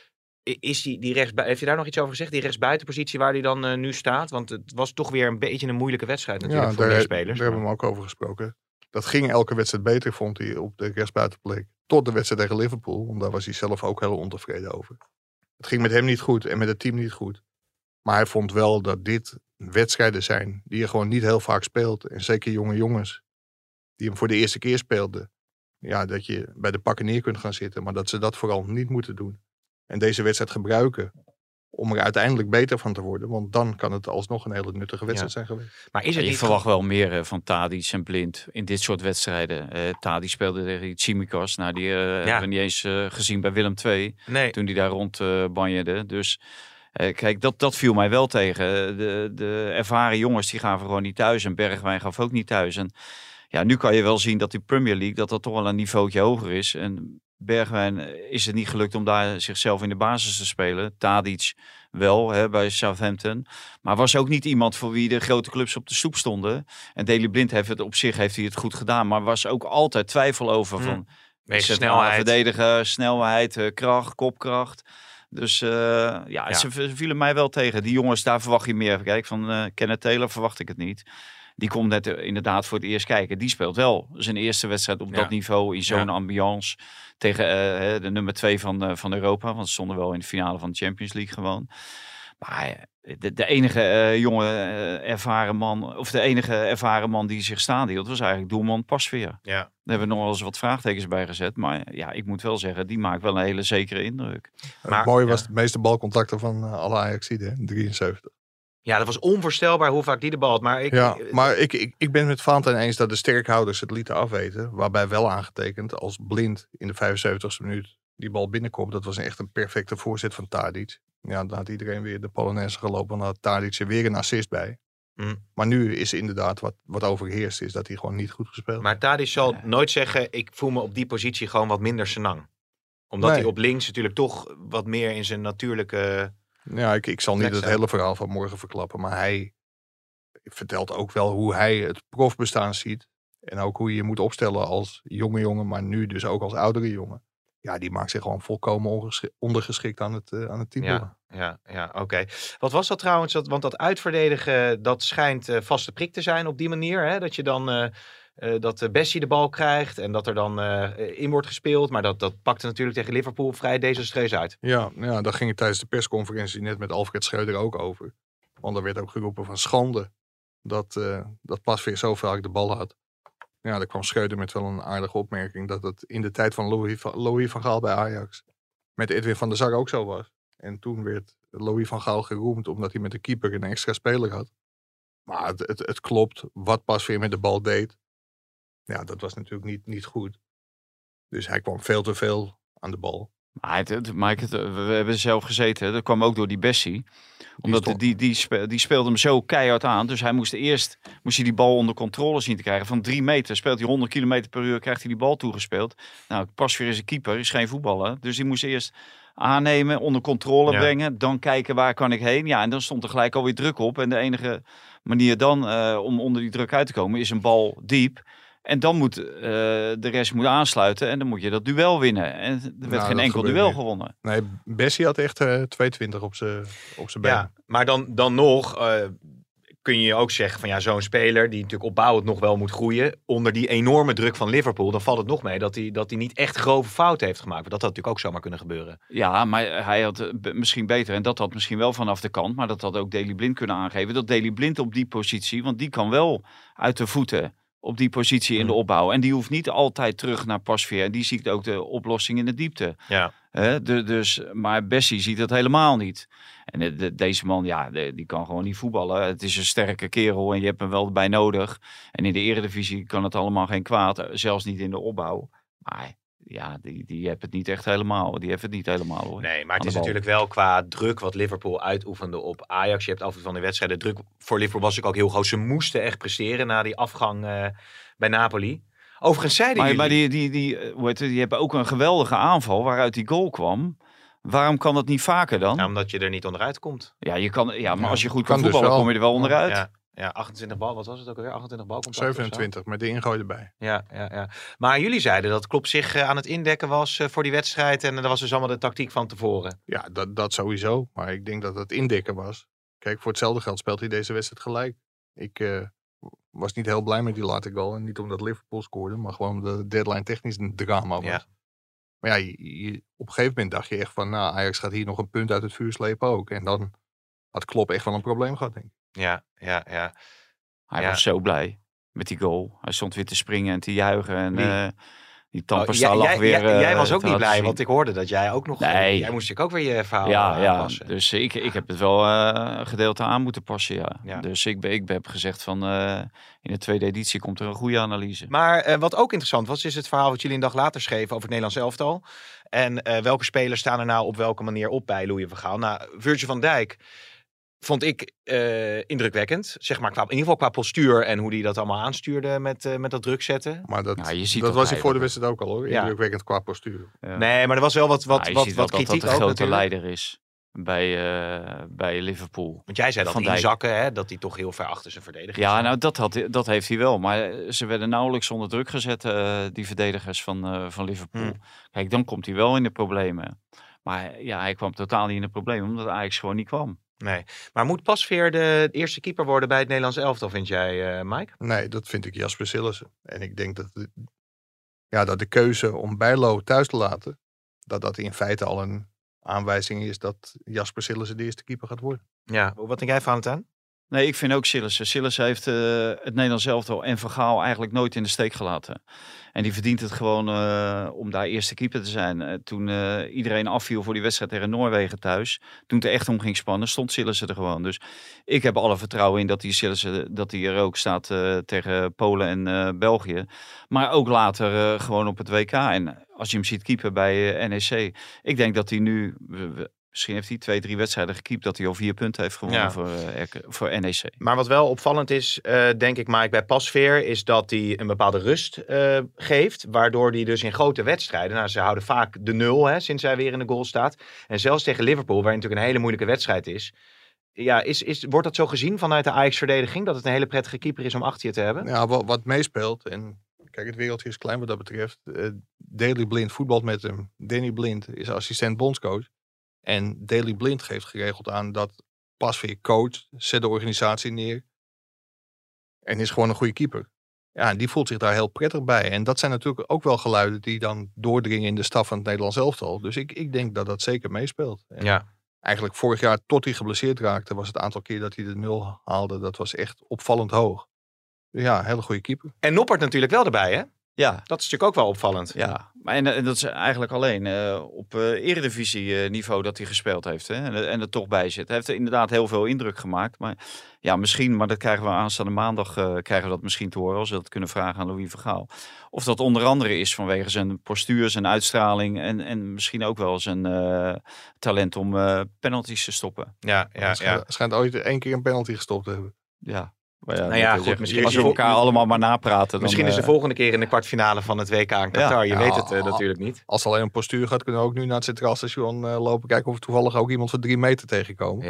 Is heeft je daar nog iets over gezegd? Die rechtsbuitenpositie waar hij dan nu staat? Want het was toch weer een beetje een moeilijke wedstrijd natuurlijk voor de spelers. Daar hebben we hem ook over gesproken. Dat ging elke wedstrijd beter, vond hij op de rechtsbuitenplek. Tot de wedstrijd tegen Liverpool. Want daar was hij zelf ook heel ontevreden over. Het ging met hem niet goed en met het team niet goed. Maar hij vond wel dat dit wedstrijden zijn die je gewoon niet heel vaak speelt. En zeker jonge jongens die hem voor de eerste keer speelden. Ja, dat je bij de pakken neer kunt gaan zitten. Maar dat ze dat vooral niet moeten doen. En deze wedstrijd gebruiken om er uiteindelijk beter van te worden. Want dan kan het alsnog een hele nuttige wedstrijd zijn geweest. Maar is het je verwacht wel meer van Tadic en Blind in dit soort wedstrijden. Tadic speelde tegen Tsimikas. Nou, die hebben we niet eens gezien bij Willem II. Nee. Toen die daar rond banjerde. Dus... kijk, dat viel mij wel tegen. De ervaren jongens die gaven gewoon niet thuis. En Bergwijn gaf ook niet thuis. En ja, nu kan je wel zien dat die Premier League... dat toch wel een niveautje hoger is. En Bergwijn is het niet gelukt om daar zichzelf in de basis te spelen. Tadic wel, bij Southampton. Maar was ook niet iemand voor wie de grote clubs op de stoep stonden. En Daley Blind heeft het goed gedaan. Maar was ook altijd twijfel over van... snelheid. Verdedigen, snelheid, kracht, kopkracht... Dus ze vielen mij wel tegen. Die jongens, daar verwacht je meer. Kijk, van Kenneth Taylor verwacht ik het niet. Die komt net inderdaad voor het eerst kijken. Die speelt wel zijn eerste wedstrijd op dat niveau in zo'n ambiance tegen de nummer 2 van Europa. Want ze stonden wel in de finale van de Champions League gewoon. Maar de enige jonge ervaren man, of de enige ervaren man die zich staande hield, was eigenlijk doelman Pasveer. Ja. Daar hebben we nog wel eens wat vraagtekens bij gezet. Maar ja, ik moet wel zeggen, die maakt wel een hele zekere indruk. Maar, het mooie was de meeste balcontacten van alle Ajaxiden, 73. Ja, dat was onvoorstelbaar hoe vaak die de bal had. Maar ik ben het met Valentijn eens dat de sterkhouders het lieten afweten. Waarbij wel aangetekend als Blind in de 75ste minuut die bal binnenkomt. Dat was echt een perfecte voorzet van Tadic. Ja, dan had iedereen weer de Polonaise gelopen. En dan had Tadic er weer een assist bij. Maar nu is inderdaad wat overheerst is dat hij gewoon niet goed gespeeld. Maar Tadic zal nooit zeggen, ik voel me op die positie gewoon wat minder senang. Omdat hij op links natuurlijk toch wat meer in zijn natuurlijke... Ja, ik zal niet het hele verhaal van morgen verklappen. Maar hij vertelt ook wel hoe hij het profbestaan ziet. En ook hoe je je moet opstellen als jonge jongen. Maar nu dus ook als oudere jongen. Ja, die maakt zich gewoon volkomen ondergeschikt aan het team. Ja, oké. Wat was dat trouwens? Want dat uitverdedigen, dat schijnt vaste prik te zijn op die manier. Hè? Dat je dan... dat Bessie de bal krijgt en dat er dan in wordt gespeeld. Maar dat pakte natuurlijk tegen Liverpool vrij desastreus uit. Ja, daar ging het tijdens de persconferentie net met Alfred Schreuder ook over. Want er werd ook geroepen van schande dat Pasveer zo vaak de bal had. Ja, daar kwam Schreuder met wel een aardige opmerking dat het in de tijd van Louis van Gaal bij Ajax met Edwin van der Sar ook zo was. En toen werd Louis van Gaal geroemd omdat hij met de keeper een extra speler had. Maar het klopt, wat Pasveer met de bal deed. Ja, dat was natuurlijk niet goed. Dus hij kwam veel te veel aan de bal. Maar we hebben zelf gezeten. Dat kwam ook door die Bessie. Omdat die speelde hem zo keihard aan. Dus hij moest die bal onder controle zien te krijgen. Van 3 meter speelt hij 100 km per uur. Krijgt hij die bal toegespeeld. Nou, Pasveer is een keeper. Is geen voetballer. Dus die moest eerst aannemen. Onder controle brengen. Dan kijken waar kan ik heen. Ja, en dan stond er gelijk alweer druk op. En de enige manier dan om onder die druk uit te komen. Is een bal diep. En dan moet de rest aansluiten. En dan moet je dat duel winnen. En er werd geen enkel duel gewonnen. Nee, Bessie had echt 220 op zijn been. Ja, maar dan nog kun je ook zeggen van zo'n speler die natuurlijk opbouwend nog wel moet groeien. Onder die enorme druk van Liverpool. Dan valt het nog mee dat hij niet echt grove fouten heeft gemaakt. Want dat had natuurlijk ook zomaar kunnen gebeuren. Ja, maar hij had misschien beter. En dat had misschien wel vanaf de kant. Maar dat had ook Daley Blind kunnen aangeven. Dat Daley Blind op die positie. Want die kan wel uit de voeten op die positie in de opbouw. En die hoeft niet altijd terug naar Pasveer. En die ziet ook de oplossing in de diepte. Ja. Maar Bessie ziet dat helemaal niet. En deze man, die kan gewoon niet voetballen. Het is een sterke kerel en je hebt hem wel bij nodig. En in de Eredivisie kan het allemaal geen kwaad. Zelfs niet in de opbouw. Maar ja, die heeft het niet echt helemaal. Die heeft het niet helemaal, hoor. Nee, maar het is natuurlijk wel qua druk wat Liverpool uitoefende op Ajax. Je hebt af en toe van de wedstrijden. Druk voor Liverpool was natuurlijk ook heel groot. Ze moesten echt presteren na die afgang bij Napoli. Overigens zeiden jullie... Maar die hebben ook een geweldige aanval waaruit die goal kwam. Waarom kan dat niet vaker dan? Ja, omdat je er niet onderuit komt. Maar als je goed kan voetballen, kom je er wel onderuit. Ja, 28 bal, wat was het ook alweer? 28 balcontact 27, met de ingooi erbij. Ja. Maar jullie zeiden dat Klopp zich aan het indekken was voor die wedstrijd. En dat was dus allemaal de tactiek van tevoren. Ja, dat sowieso. Maar ik denk dat het indekken was. Kijk, voor hetzelfde geld speelt hij deze wedstrijd gelijk. Ik was niet heel blij met die late goal. En niet omdat Liverpool scoorde, maar gewoon de deadline technisch een drama was. Ja. Maar ja, op een gegeven moment dacht je echt van... Ajax gaat hier nog een punt uit het vuur slepen ook. En dan had Klopp echt wel een probleem gehad, denk ik. Ja. Hij was zo blij met die goal. Hij stond weer te springen en te juichen. En die tandpasta lag weer... Jij was ook niet blij, want ik hoorde dat jij ook nog... Nee. Jij moest ook weer je verhaal aanpassen. Dus ik heb het wel gedeelte aan moeten passen, ja. Dus ik heb gezegd van... in de tweede editie komt er een goede analyse. Maar wat ook interessant was, is het verhaal wat jullie een dag later schreven over het Nederlands elftal. En welke spelers staan er nou op welke manier op bij Louis van Gaal? Nou, Virgil van Dijk... vond ik indrukwekkend. Zeg maar, in ieder geval qua postuur en hoe hij dat allemaal aanstuurde met dat druk zetten. Maar dat was hij voor de wedstrijd ook al, hoor. Indrukwekkend qua postuur. Ja. Nee, maar er was wel wat kritiek dat ook de grote natuurlijk. leider is bij Liverpool. Want jij zei dat inzakken, hè, dat hij toch heel ver achter zijn verdedigers Ja, nou dat heeft hij wel. Maar ze werden nauwelijks onder druk gezet, die verdedigers van Liverpool. Kijk, dan komt hij wel in de problemen. Maar ja, hij kwam totaal niet in de problemen, omdat Ajax gewoon niet kwam. Nee, maar moet Pasveer de eerste keeper worden bij het Nederlands elftal, vind jij, Mike? Nee, dat vind ik Jasper Sillissen. En ik denk dat dat de keuze om Bijlo thuis te laten, dat in feite al een aanwijzing is dat Jasper Sillissen de eerste keeper gaat worden. Ja, wat denk jij, Valentijn? Nee, ik vind ook Sillissen. Sillissen heeft het Nederlands elftal en Van Gaal eigenlijk nooit in de steek gelaten. En die verdient het gewoon om daar eerste keeper te zijn. Toen iedereen afviel voor die wedstrijd tegen Noorwegen thuis. Toen het er echt om ging spannen, stond Sillissen er gewoon. Dus ik heb alle vertrouwen in dat die Sillissen dat hij er ook staat tegen Polen en België. Maar ook later gewoon op het WK. En als je hem ziet keeper bij NEC. Ik denk dat hij nu... Misschien heeft hij 2-3 wedstrijden gekiept dat hij al 4 punten heeft gewonnen voor NEC. Maar wat wel opvallend is, denk ik, Mike, bij Pasveer, is dat hij een bepaalde rust geeft. Waardoor hij dus in grote wedstrijden, ze houden vaak de 0 sinds hij weer in de goal staat. En zelfs tegen Liverpool, waar natuurlijk een hele moeilijke wedstrijd is. Ja, wordt dat zo gezien vanuit de Ajax-verdediging? Dat het een hele prettige keeper is om achter je te hebben? Ja, wat meespeelt. En kijk, het wereldje is klein wat dat betreft. Daley Blind voetbalt met hem. Danny Blind is assistent bondscoach. En Daley Blind geeft geregeld aan dat Pasveer coach, zet de organisatie neer. En is gewoon een goede keeper. Ja, en die voelt zich daar heel prettig bij. En dat zijn natuurlijk ook wel geluiden die dan doordringen in de staf van het Nederlands elftal. Dus ik denk dat dat zeker meespeelt. En eigenlijk vorig jaar, tot hij geblesseerd raakte, was het aantal keer dat hij de 0 haalde. Dat was echt opvallend hoog. Dus ja, een hele goede keeper. En Noppert natuurlijk wel erbij, hè? Ja. Dat is natuurlijk ook wel opvallend. Ja, maar en dat is eigenlijk alleen op eredivisie niveau dat hij gespeeld heeft. Hè? En er toch bij zit. Hij heeft inderdaad heel veel indruk gemaakt. Maar ja, misschien, maar dat krijgen we aanstaande maandag, krijgen we dat misschien te horen. Als we dat kunnen vragen aan Louis van Gaal. Of dat onder andere is vanwege zijn postuur, zijn uitstraling. En misschien ook wel zijn talent om penalties te stoppen. Ja. Schijnt ooit 1 keer een penalty gestopt te hebben. Ja. Goed, misschien als we elkaar allemaal maar napraten. Misschien is de volgende keer in de kwartfinale van het WK in Qatar. Je weet het natuurlijk niet. Als het alleen om postuur gaat, kunnen we ook nu naar het Centraal Station lopen. Kijken of we toevallig ook iemand van 3 meter tegenkomen.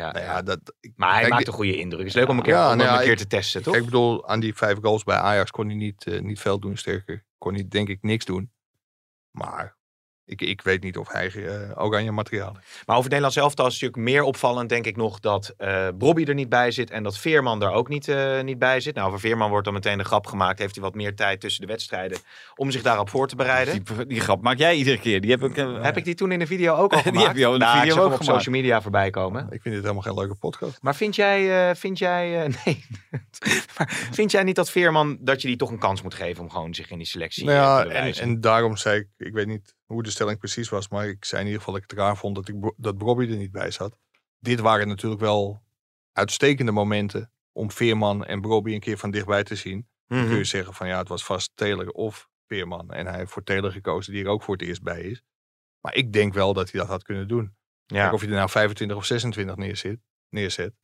Maar hij maakt een goede indruk. Het is leuk om een keer te testen, toch? Ik bedoel, aan die 5 goals bij Ajax kon hij niet veel doen. Sterker, kon hij denk ik niks doen. Maar ik weet niet of hij oranje materiaal heeft. Maar over het Nederlands elftal is natuurlijk meer opvallend, denk ik nog, dat Brobby er niet bij zit en dat Veerman er ook niet bij zit. Nou, voor Veerman wordt dan meteen de grap gemaakt. Heeft hij wat meer tijd tussen de wedstrijden om zich daarop voor te bereiden. Die grap maak jij iedere keer. Die heb ik die toen in de video ook al gemaakt? Die heb je al in de video ook op gemaakt. social media voorbij komen. Ik vind dit helemaal geen leuke podcast. Maar vind jij nee. Maar vind jij niet dat Veerman, dat je die toch een kans moet geven om gewoon zich in die selectie te bewijzen? En daarom zei ik weet niet hoe de stelling precies was, maar ik zei in ieder geval dat ik het raar vond dat Brobby er niet bij zat. Dit waren natuurlijk wel uitstekende momenten om Veerman en Brobby een keer van dichtbij te zien. Dan kun je zeggen van het was vast Taylor of Veerman. En hij heeft voor Taylor gekozen, die er ook voor het eerst bij is. Maar ik denk wel dat hij dat had kunnen doen. Ja. Kijk, of je er nou 25 of 26 neerzet.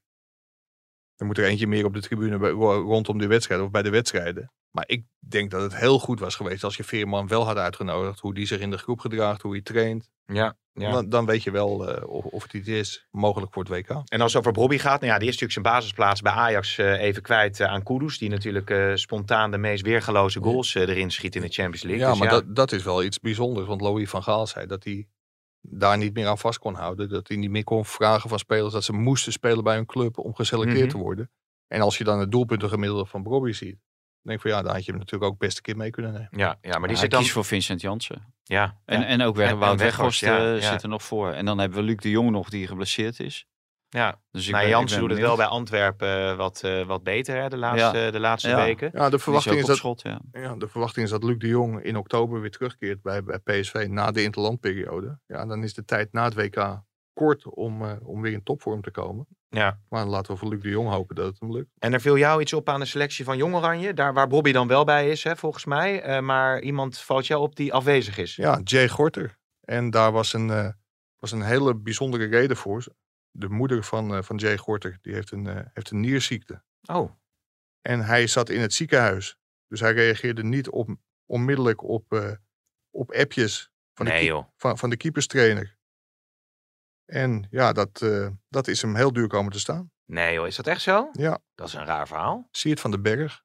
Dan moet er eentje meer op de tribune rondom de wedstrijd of bij de wedstrijden. Maar ik denk dat het heel goed was geweest als je Veerman wel had uitgenodigd. Hoe die zich in de groep gedraagt, hoe hij traint. Ja. Dan weet je wel of het iets is mogelijk voor het WK. En als het over Brobby gaat, die is natuurlijk zijn basisplaats bij Ajax even kwijt aan Kudus. Die natuurlijk spontaan de meest weergeloze goals erin schiet in de Champions League. Ja, dus maar dat is wel iets bijzonders. Want Louis van Gaal zei dat hij daar niet meer aan vast kon houden. Dat hij niet meer kon vragen van spelers dat ze moesten spelen bij hun club om geselecteerd te worden. En als je dan het doelpuntengemiddelde van Brobby ziet, denk ik van daar had je hem natuurlijk ook best een keer mee kunnen nemen. Ja, maar die zit dan kiest voor Vincent Janssen. Ja. En ook Wout Weghorst zit er nog voor. En dan hebben we Luc de Jong nog die geblesseerd is. Ja, dus Janssen doet het wel bij Antwerpen wat beter hè, de laatste weken. Ja, de verwachting is dat Luc de Jong in oktober weer terugkeert bij PSV na de interlandperiode. Ja, dan is de tijd na het WK kort om weer in topvorm te komen. Ja. Maar laten we voor Luc de Jong hopen dat het hem lukt. En er viel jou iets op aan de selectie van Jong Oranje, daar waar Bobby dan wel bij is, hè, volgens mij. Maar iemand valt jou op die afwezig is. Ja, Jay Gorter. En daar was een hele bijzondere reden voor. De moeder van Jay Gorter, die heeft een nierziekte. Oh. En hij zat in het ziekenhuis. Dus hij reageerde niet onmiddellijk op appjes van de keeperstrainer. En ja, dat is hem heel duur komen te staan. Nee joh, is dat echt zo? Ja. Dat is een raar verhaal. Siert van den Berg,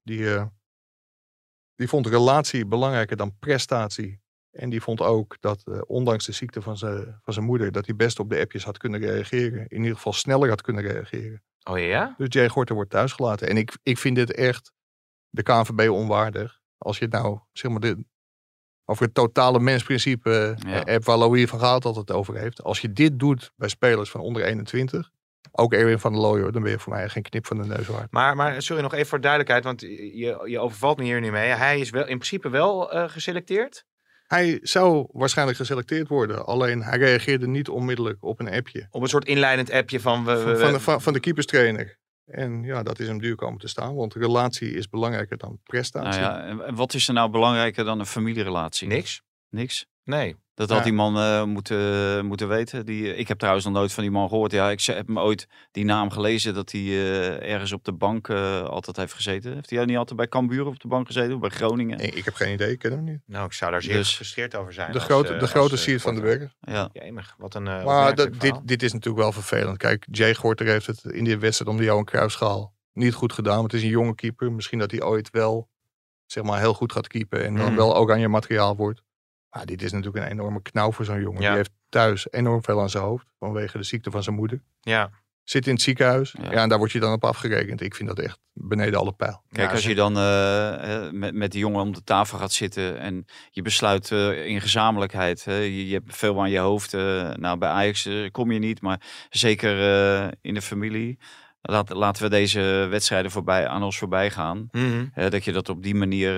die vond relatie belangrijker dan prestatie. En die vond ook dat ondanks de ziekte van zijn moeder, dat hij best op de appjes had kunnen reageren. In ieder geval sneller had kunnen reageren. Oh ja? Dus Jay Gorter wordt thuisgelaten. En ik vind dit echt de KNVB onwaardig. Als je nou, zeg maar, over het totale mensprincipe hebt waar Louis van Gaal het altijd over heeft. Als je dit doet bij spelers van onder 21, ook Erwin van der Looy, hoor, dan ben je voor mij geen knip van de neus waard. Maar sorry, nog even voor duidelijkheid, want je overvalt me hier nu mee. Hij is wel in principe wel geselecteerd. Hij zou waarschijnlijk geselecteerd worden. Alleen hij reageerde niet onmiddellijk op een appje. Op een soort inleidend appje van... Van de keeperstrainer. En ja, dat is hem duur komen te staan. Want relatie is belangrijker dan prestatie. Nou ja, en wat is er nou belangrijker dan een familierelatie? Niks? Nee. Dat had die man moeten weten. Ik heb trouwens nog nooit van die man gehoord. Ja, ik heb hem ooit die naam gelezen dat hij ergens op de bank altijd heeft gezeten. Heeft hij niet altijd bij Cambuur op de bank gezeten? Of bij Groningen? Nee, ik heb geen idee. Ik ken hem niet. Nou, ik zou daar zeer gefrustreerd over zijn. De grote Siert van den Berg. Ja. Jemig, wat een maar dit is natuurlijk wel vervelend. Kijk, Jay Gorter heeft het in die wedstrijd om de Johan Cruijffschaal niet goed gedaan. Want het is een jonge keeper. Misschien dat hij ooit wel zeg maar heel goed gaat keepen. En dan wel ook aan je materiaal wordt. Maar dit is natuurlijk een enorme knauw voor zo'n jongen. Die heeft thuis enorm veel aan zijn hoofd. Vanwege de ziekte van zijn moeder. Ja. Zit in het ziekenhuis. Ja, en daar word je dan op afgerekend. Ik vind dat echt beneden alle pijl. Kijk, als je dan met die jongen om de tafel gaat zitten. En je besluit in gezamenlijkheid. Je hebt veel aan je hoofd. Nou, bij Ajax kom je niet. Maar zeker in de familie. Laten we deze wedstrijden aan ons voorbij gaan. Mm-hmm. Dat je dat op die manier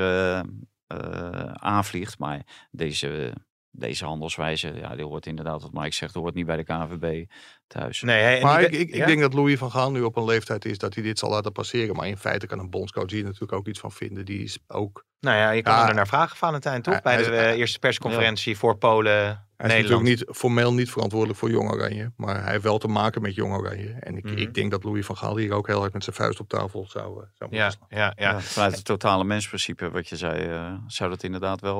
aanvliegt. Maar deze handelswijze, die hoort inderdaad, wat Mike zegt, hoort niet bij de KNVB thuis. Nee, maar ik denk dat Louis van Gaal nu op een leeftijd is dat hij dit zal laten passeren. Maar in feite kan een bondscoach hier natuurlijk ook iets van vinden. Die is ook... Nou ja, je kan er naar vragen, Valentijn, toch? Bij de eerste persconferentie voor Polen. Hij is natuurlijk formeel niet verantwoordelijk voor Jong Oranje. Maar hij heeft wel te maken met Jong Oranje. En ik denk dat Louis van Gaal hier ook heel hard met zijn vuist op tafel zou moeten slaan. Ja, vanuit het totale mensprincipe, wat je zei, zou dat inderdaad wel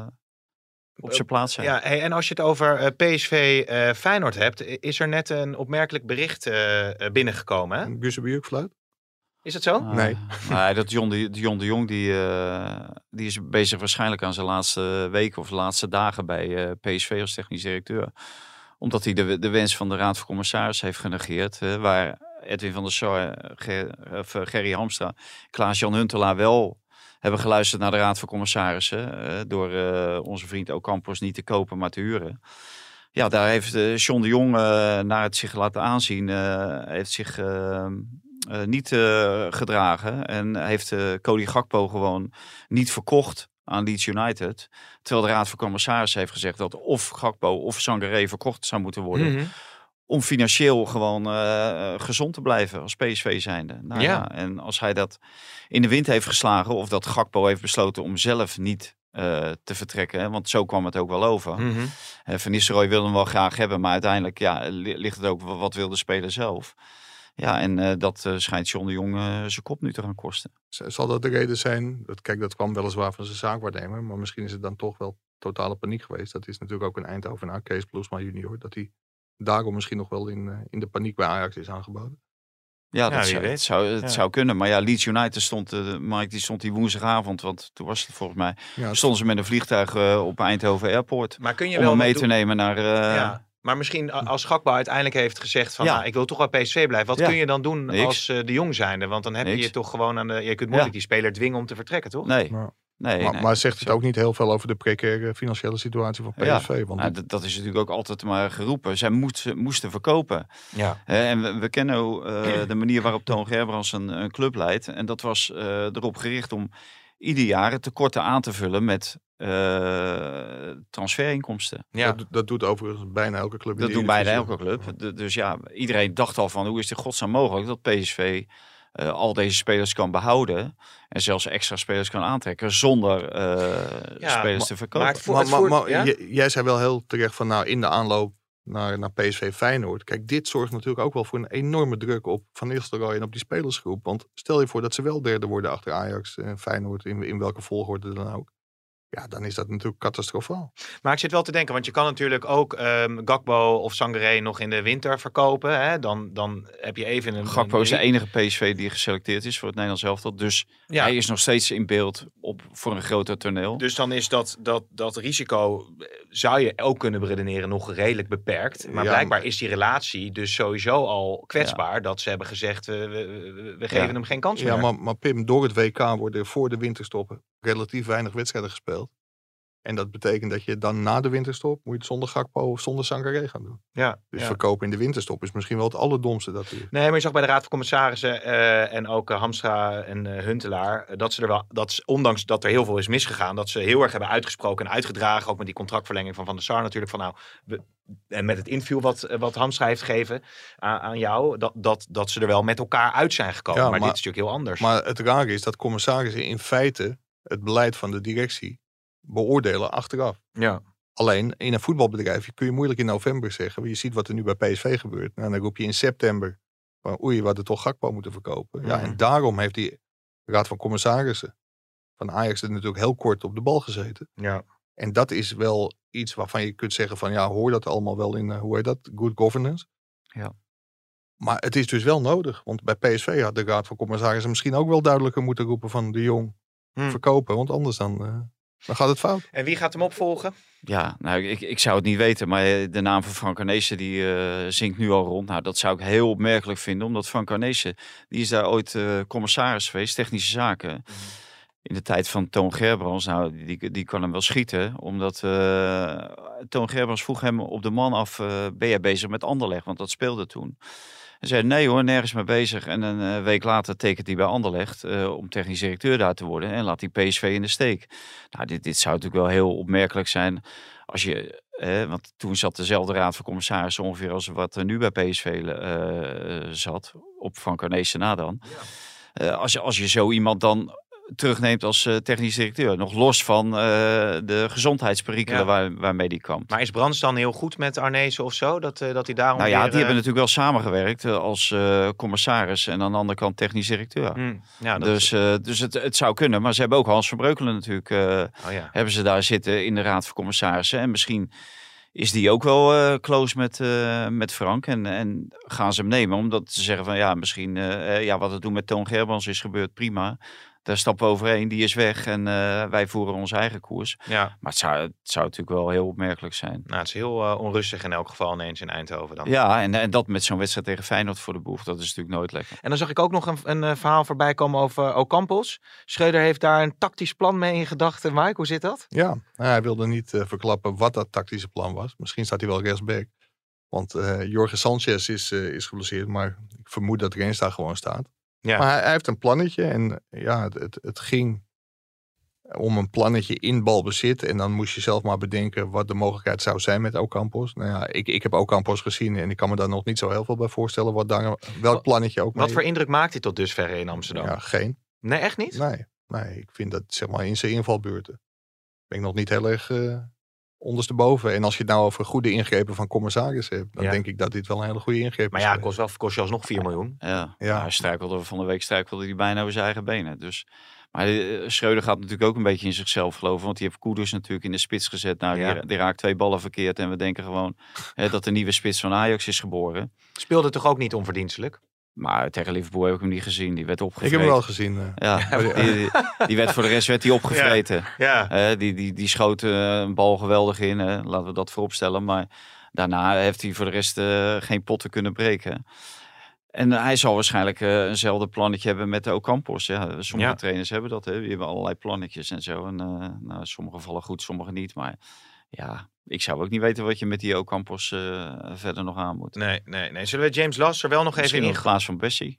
op zijn plaats zijn. Ja, en als je het over PSV Feyenoord hebt, is er net een opmerkelijk bericht binnengekomen. Hè? Guzebuurk fluit? Is het zo? Nee. Dat John de Jong, die is bezig waarschijnlijk aan zijn laatste weken of laatste dagen bij PSV als technisch directeur. Omdat hij de wens van de Raad van Commissarissen heeft genegeerd. Waar Edwin van der Sar, Gerry Hamstra, Klaas-Jan Huntelaar wel hebben geluisterd naar de Raad van Commissarissen. Door onze vriend Ocampos niet te kopen, maar te huren. Ja, daar heeft John de Jong naar het zich laten aanzien. Heeft zich niet gedragen. En heeft Cody Gakpo gewoon niet verkocht aan Leeds United. Terwijl de Raad van Commissarissen heeft gezegd dat of Gakpo of Sangaré verkocht zou moeten worden. Mm-hmm. Om financieel gewoon gezond te blijven als PSV zijnde. En als hij dat in de wind heeft geslagen, of dat Gakpo heeft besloten om zelf niet te vertrekken. Hè, want zo kwam het ook wel over. Mm-hmm. Van Nistelrooy wil hem wel graag hebben, maar uiteindelijk ligt het ook wat wil de speler zelf. Ja, en dat schijnt John de Jong zijn kop nu te gaan kosten. Zal dat de reden zijn? Dat kwam weliswaar van zijn zaakwaarnemer, maar misschien is het dan toch wel totale paniek geweest. Dat is natuurlijk ook een Eindhovenaar, Kees Ploesma junior, dat hij daarom misschien nog wel in de paniek bij Ajax is aangeboden. Ja, het zou kunnen. Maar ja, Leeds United stond die woensdagavond, want toen was het volgens mij, stonden ze met een vliegtuig op Eindhoven Airport. Maar kun je om wel hem mee te nemen naar... Maar misschien als Gakpo uiteindelijk heeft gezegd van ik wil toch bij PSV blijven. Wat kun je dan doen als de Jong zijnde? Want dan heb je toch gewoon je kunt moeilijk die speler dwingen om te vertrekken, toch? Nee. Maar zegt het ook niet heel veel over de precaire financiële situatie van PSV? Ja, want dat is natuurlijk ook altijd maar geroepen. Zij moesten verkopen. Ja. En we kennen de manier waarop Toon Gerbrands een club leidt. En dat was erop gericht om ieder jaar het tekorten aan te vullen met transferinkomsten. Ja. Dat doet overigens bijna elke club. Dat doet bijna elke club. Dus iedereen dacht al van hoe is het in godsnaam mogelijk dat PSV al deze spelers kan behouden en zelfs extra spelers kan aantrekken zonder spelers te verkopen. Jij zei wel heel terecht van in de aanloop naar PSV Feyenoord. Kijk, dit zorgt natuurlijk ook wel voor een enorme druk op Van Nistelrooy en op die spelersgroep. Want stel je voor dat ze wel derde worden achter Ajax en Feyenoord in welke volgorde dan ook. Ja, dan is dat natuurlijk catastrofaal. Maar ik zit wel te denken, want je kan natuurlijk ook Gakpo of Sangaré nog in de winter verkopen. Hè? Dan heb je even een... Gakpo is de enige PSV die geselecteerd is voor het Nederlands elftal. Dus hij is nog steeds in beeld voor een groter toneel. Dus dan is dat risico, zou je ook kunnen beredeneren, nog redelijk beperkt. Maar blijkbaar is die relatie dus sowieso al kwetsbaar. Dat ze hebben gezegd, we geven hem geen kans meer. Ja, maar Pim, door het WK worden voor de winterstoppen relatief weinig wedstrijden gespeeld. En dat betekent dat je dan na de winterstop moet je het zonder Gakpo of zonder Sangaré gaan doen. Ja, Dus verkopen in de winterstop is misschien wel het allerdomste dat er. Nee, maar je zag bij de Raad van Commissarissen en ook Hamstra en Huntelaar, dat ze er wel, ondanks dat er heel veel is misgegaan, dat ze heel erg hebben uitgesproken en uitgedragen, ook met die contractverlenging van Van der Sar natuurlijk, en met het interview wat Hamstra heeft gegeven aan jou, dat ze er wel met elkaar uit zijn gekomen. Ja, maar dit is natuurlijk heel anders. Maar het rare is dat commissarissen in feite het beleid van de directie beoordelen achteraf. Ja. Alleen in een voetbalbedrijf kun je moeilijk in november zeggen. Je ziet wat er nu bij PSV gebeurt. Nou, dan roep je in september van oei, we hadden toch Gakpo moeten verkopen. Ja, en daarom heeft die Raad van Commissarissen van Ajax er natuurlijk heel kort op de bal gezeten. Ja. En dat is wel iets waarvan je kunt zeggen van ja, hoor dat allemaal wel in, hoe heet dat? Good governance. Ja. Maar het is dus wel nodig. Want bij PSV had de Raad van Commissarissen misschien ook wel duidelijker moeten roepen van de Jong verkopen. Want anders dan gaat het fout. En wie gaat hem opvolgen? Ja, nou, ik zou het niet weten, maar de naam van Frank Arnezen die zinkt nu al rond. Nou, dat zou ik heel opmerkelijk vinden, omdat Frank Arnezen, die is daar ooit commissaris geweest, technische zaken. In de tijd van Toon Gerbrands, nou, die kan hem wel schieten, omdat Toon Gerbrands vroeg hem op de man af, ben jij bezig met Anderlecht? Want dat speelde toen. Hij zei, nee hoor, nergens mee bezig. En een week later tekent hij bij Anderlecht om technisch directeur daar te worden. En laat hij PSV in de steek. Nou, dit zou natuurlijk wel heel opmerkelijk zijn als je... want toen zat dezelfde raad van commissarissen ongeveer als wat er nu bij PSV zat. Op Frank Arnezen na dan. Ja. Als je zo iemand dan terugneemt als technisch directeur. Nog los van de gezondheidsperikelen waarmee die kwam. Maar is Brands dan heel goed met Arnezen of zo? Dat hij daarom nou ja, die hebben natuurlijk wel samengewerkt als commissaris en aan de andere kant technisch directeur. Ja, dus het zou kunnen. Maar ze hebben ook Hans van Breukelen natuurlijk. Hebben ze daar zitten in de raad van commissarissen. En misschien is die ook wel close met Frank. En gaan ze hem nemen. Omdat ze zeggen van ja, misschien wat het doen met Toon Gerbrands is gebeurd, prima. Daar stappen we overheen, die is weg en wij voeren onze eigen koers. Ja. Maar het zou natuurlijk wel heel opmerkelijk zijn. Nou, het is heel onrustig in elk geval ineens in Eindhoven dan. Ja, en dat met zo'n wedstrijd tegen Feyenoord voor de boeg, dat is natuurlijk nooit lekker. En dan zag ik ook nog een verhaal voorbij komen over Ocampos. Schreuder heeft daar een tactisch plan mee in gedachten. Mike, hoe zit dat? Ja, hij wilde niet verklappen wat dat tactische plan was. Misschien staat hij wel rechtsback. Want Jorge Sanchez is geblesseerd, maar ik vermoed dat Rens daar gewoon staat. Ja. Maar hij heeft een plannetje en ja, het ging om een plannetje in balbezit. En dan moest je zelf maar bedenken wat de mogelijkheid zou zijn met Ocampos. Nou ja, ik heb Ocampos gezien en ik kan me daar nog niet zo heel veel bij voorstellen. Welk plannetje ook. Wat voor indruk maakt hij tot dusver in Amsterdam? Ja, geen. Nee, echt niet? Nee, ik vind dat zeg maar in zijn invalbeurten ben ik nog niet heel erg ondersteboven. En als je het nou over goede ingrepen van commissarissen hebt, dan denk ik dat dit wel een hele goede ingreep is. Maar ja, kost je alsnog 4 miljoen. Ja. Hij struikelde van de week hij bijna over zijn eigen benen. Dus, maar Schreuder gaat natuurlijk ook een beetje in zichzelf geloven. Want die heeft Kudus natuurlijk in de spits gezet. Nou, die raakt 2 ballen verkeerd. En we denken gewoon dat de nieuwe spits van Ajax is geboren. Speelde toch ook niet onverdienstelijk? Maar tegen Liverpool heb ik hem niet gezien. Die werd opgevreten. Ik heb hem wel gezien. Ja, die werd voor de rest opgevreten. Ja. Die schoot een bal geweldig in. Laten we dat vooropstellen. Maar daarna heeft hij voor de rest geen potten kunnen breken. En hij zal waarschijnlijk eenzelfde plannetje hebben met de Ocampos. Ja, sommige trainers hebben dat. Die hebben allerlei plannetjes en zo. En sommige vallen goed, sommige niet. Maar ja, ik zou ook niet weten wat je met die Ocampos verder nog aan moet. Nee. Zullen we James Lasser wel nog even in plaats van Bessie?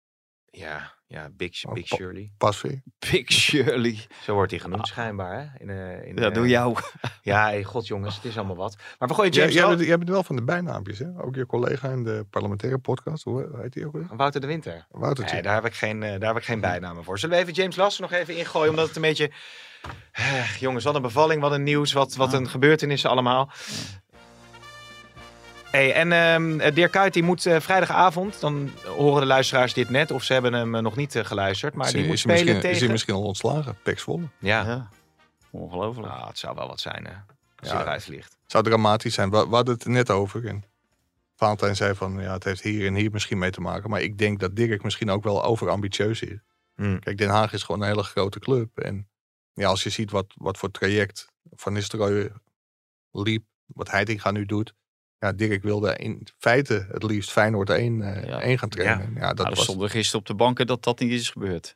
Ja, Big Shirley. Pasveer. Big Shirley. Zo wordt hij genoemd schijnbaar. Hè? Door jou. Ja, god jongens, het is allemaal wat. Maar we gooien James Lasser. Jij bent wel van de bijnaampjes, hè? Ook je collega in de parlementaire podcast. Hoe heet die ook weer? Wouter de Winter. Nee, daar heb ik geen bijnamen voor. Zullen we even James Lasser nog even ingooien, omdat het een beetje... jongens, wat een bevalling, wat een nieuws, wat een gebeurtenissen allemaal. Hey, en Dirk Kuyt die moet vrijdagavond, dan horen de luisteraars dit net, of ze hebben hem nog niet geluisterd, maar die moet spelen tegen... Is hij misschien al ontslagen? PEC Zwolle. Ja. Ongelooflijk. Het zou wel wat zijn, hè, als hij eruit vliegt. Het zou dramatisch zijn. We hadden het er net over. En Valentijn zei van, ja, het heeft hier en hier misschien mee te maken. Maar ik denk dat Dirk misschien ook wel overambitieus is. Kijk, Den Haag is gewoon een hele grote club. En ja, als je ziet wat voor traject Van Nistelrooy liep, wat Heitinga nu doet. Ja, Dirk wilde in feite het liefst Feyenoord 1 gaan trainen. Ja, dat was... stond er gisteren op de banken dat niet is gebeurd.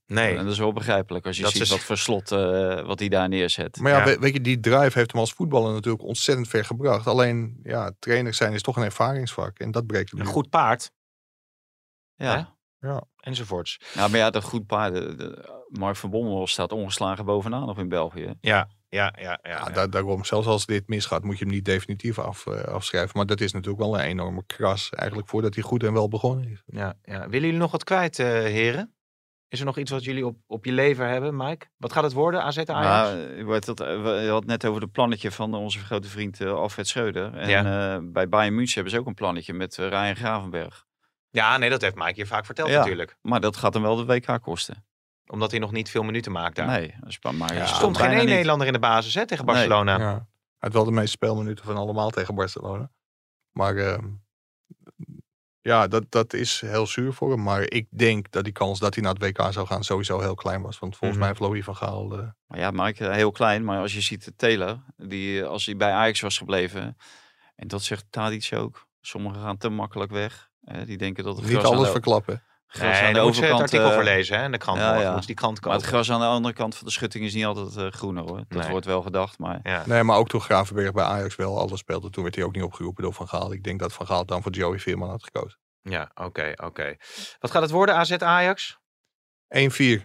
Nee. En dat is wel begrijpelijk als je Dat ziet is- wat voor Slot wat hij daar neerzet. Maar ja, Ja. weet je, die drive heeft hem als voetballer natuurlijk ontzettend ver gebracht. Alleen, ja, trainer zijn is toch een ervaringsvak. En dat breekt hem Een nu. goed paard Ja. Ja. enzovoorts. Ja, maar ja, dat goed paard. Mark van Bommel staat ongeslagen bovenaan nog in België. Ja. Daarom, zelfs als dit misgaat, moet je hem niet definitief afschrijven. Maar dat is natuurlijk wel een enorme kras. Eigenlijk voordat hij goed en wel begonnen is. Ja. Willen jullie nog wat kwijt, heren? Is er nog iets wat jullie op je lever hebben, Mike? Wat gaat het worden, AZ Ajax? Je had net over het plannetje van onze grote vriend Alfred Schreuder. En bij Bayern München hebben ze ook een plannetje met Ryan Gravenberg. Ja, nee, dat heeft Mike je vaak verteld Ja. natuurlijk. Maar dat gaat hem wel de WK kosten. Omdat hij nog niet veel minuten maakt daar. Nee, dat is maar Er stond geen één Nederlander in de basis hè, tegen Barcelona. Ja. Hij had wel de meeste speelminuten van allemaal tegen Barcelona. Maar ja, dat is heel zuur voor hem. Maar ik denk dat die kans dat hij naar het WK zou gaan sowieso heel klein was. Want volgens mij heeft Louis van Gaal... Maar ja, Mike, heel klein. Maar als je ziet Taylor, die als hij bij Ajax was gebleven. En dat zegt Tadic ook. Sommigen gaan te makkelijk weg. Die denken dat het niet gras alles aan verklappen. gras aan Nee, de dan moet je het overkant, artikel voorlezen hè, in de krant. ja, morgen. ja. Moet je die krant Maar kopen. het gras aan de andere kant van de schutting is niet altijd groener hoor. Dat Nee. wordt wel gedacht, maar... Ja. Nee, maar ook toen Gravenberg bij Ajax wel alles speelde. Toen werd hij ook niet opgeroepen door Van Gaal. Ik denk dat Van Gaal dan voor Joey Veerman had gekozen. Ja, oké. Wat gaat het worden, AZ Ajax? 1-4.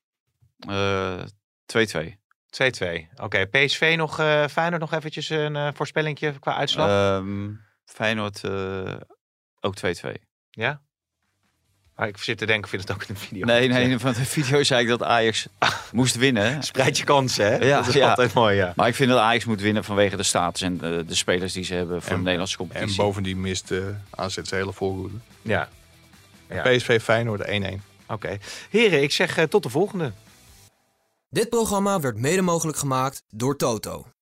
2-2. 2-2. Oké, PSV nog, Feyenoord nog eventjes een voorspellingje qua uitslag? Feyenoord ook 2-2. Ja? Maar ik zit te denken, ik vind het ook in een video. Nee, van de video zei ik dat Ajax moest winnen. Spreid je kansen, hè? Ja, dat is ja. altijd mooi, ja. Maar ik vind dat Ajax moet winnen vanwege de status en de spelers die ze hebben voor En- de Nederlandse En competitie. bovendien mist AZ zijn hele voorhoede. Ja. Ja. PSV Feyenoord 1-1. Oké. Heren, ik zeg tot de volgende. Dit programma werd mede mogelijk gemaakt door Toto.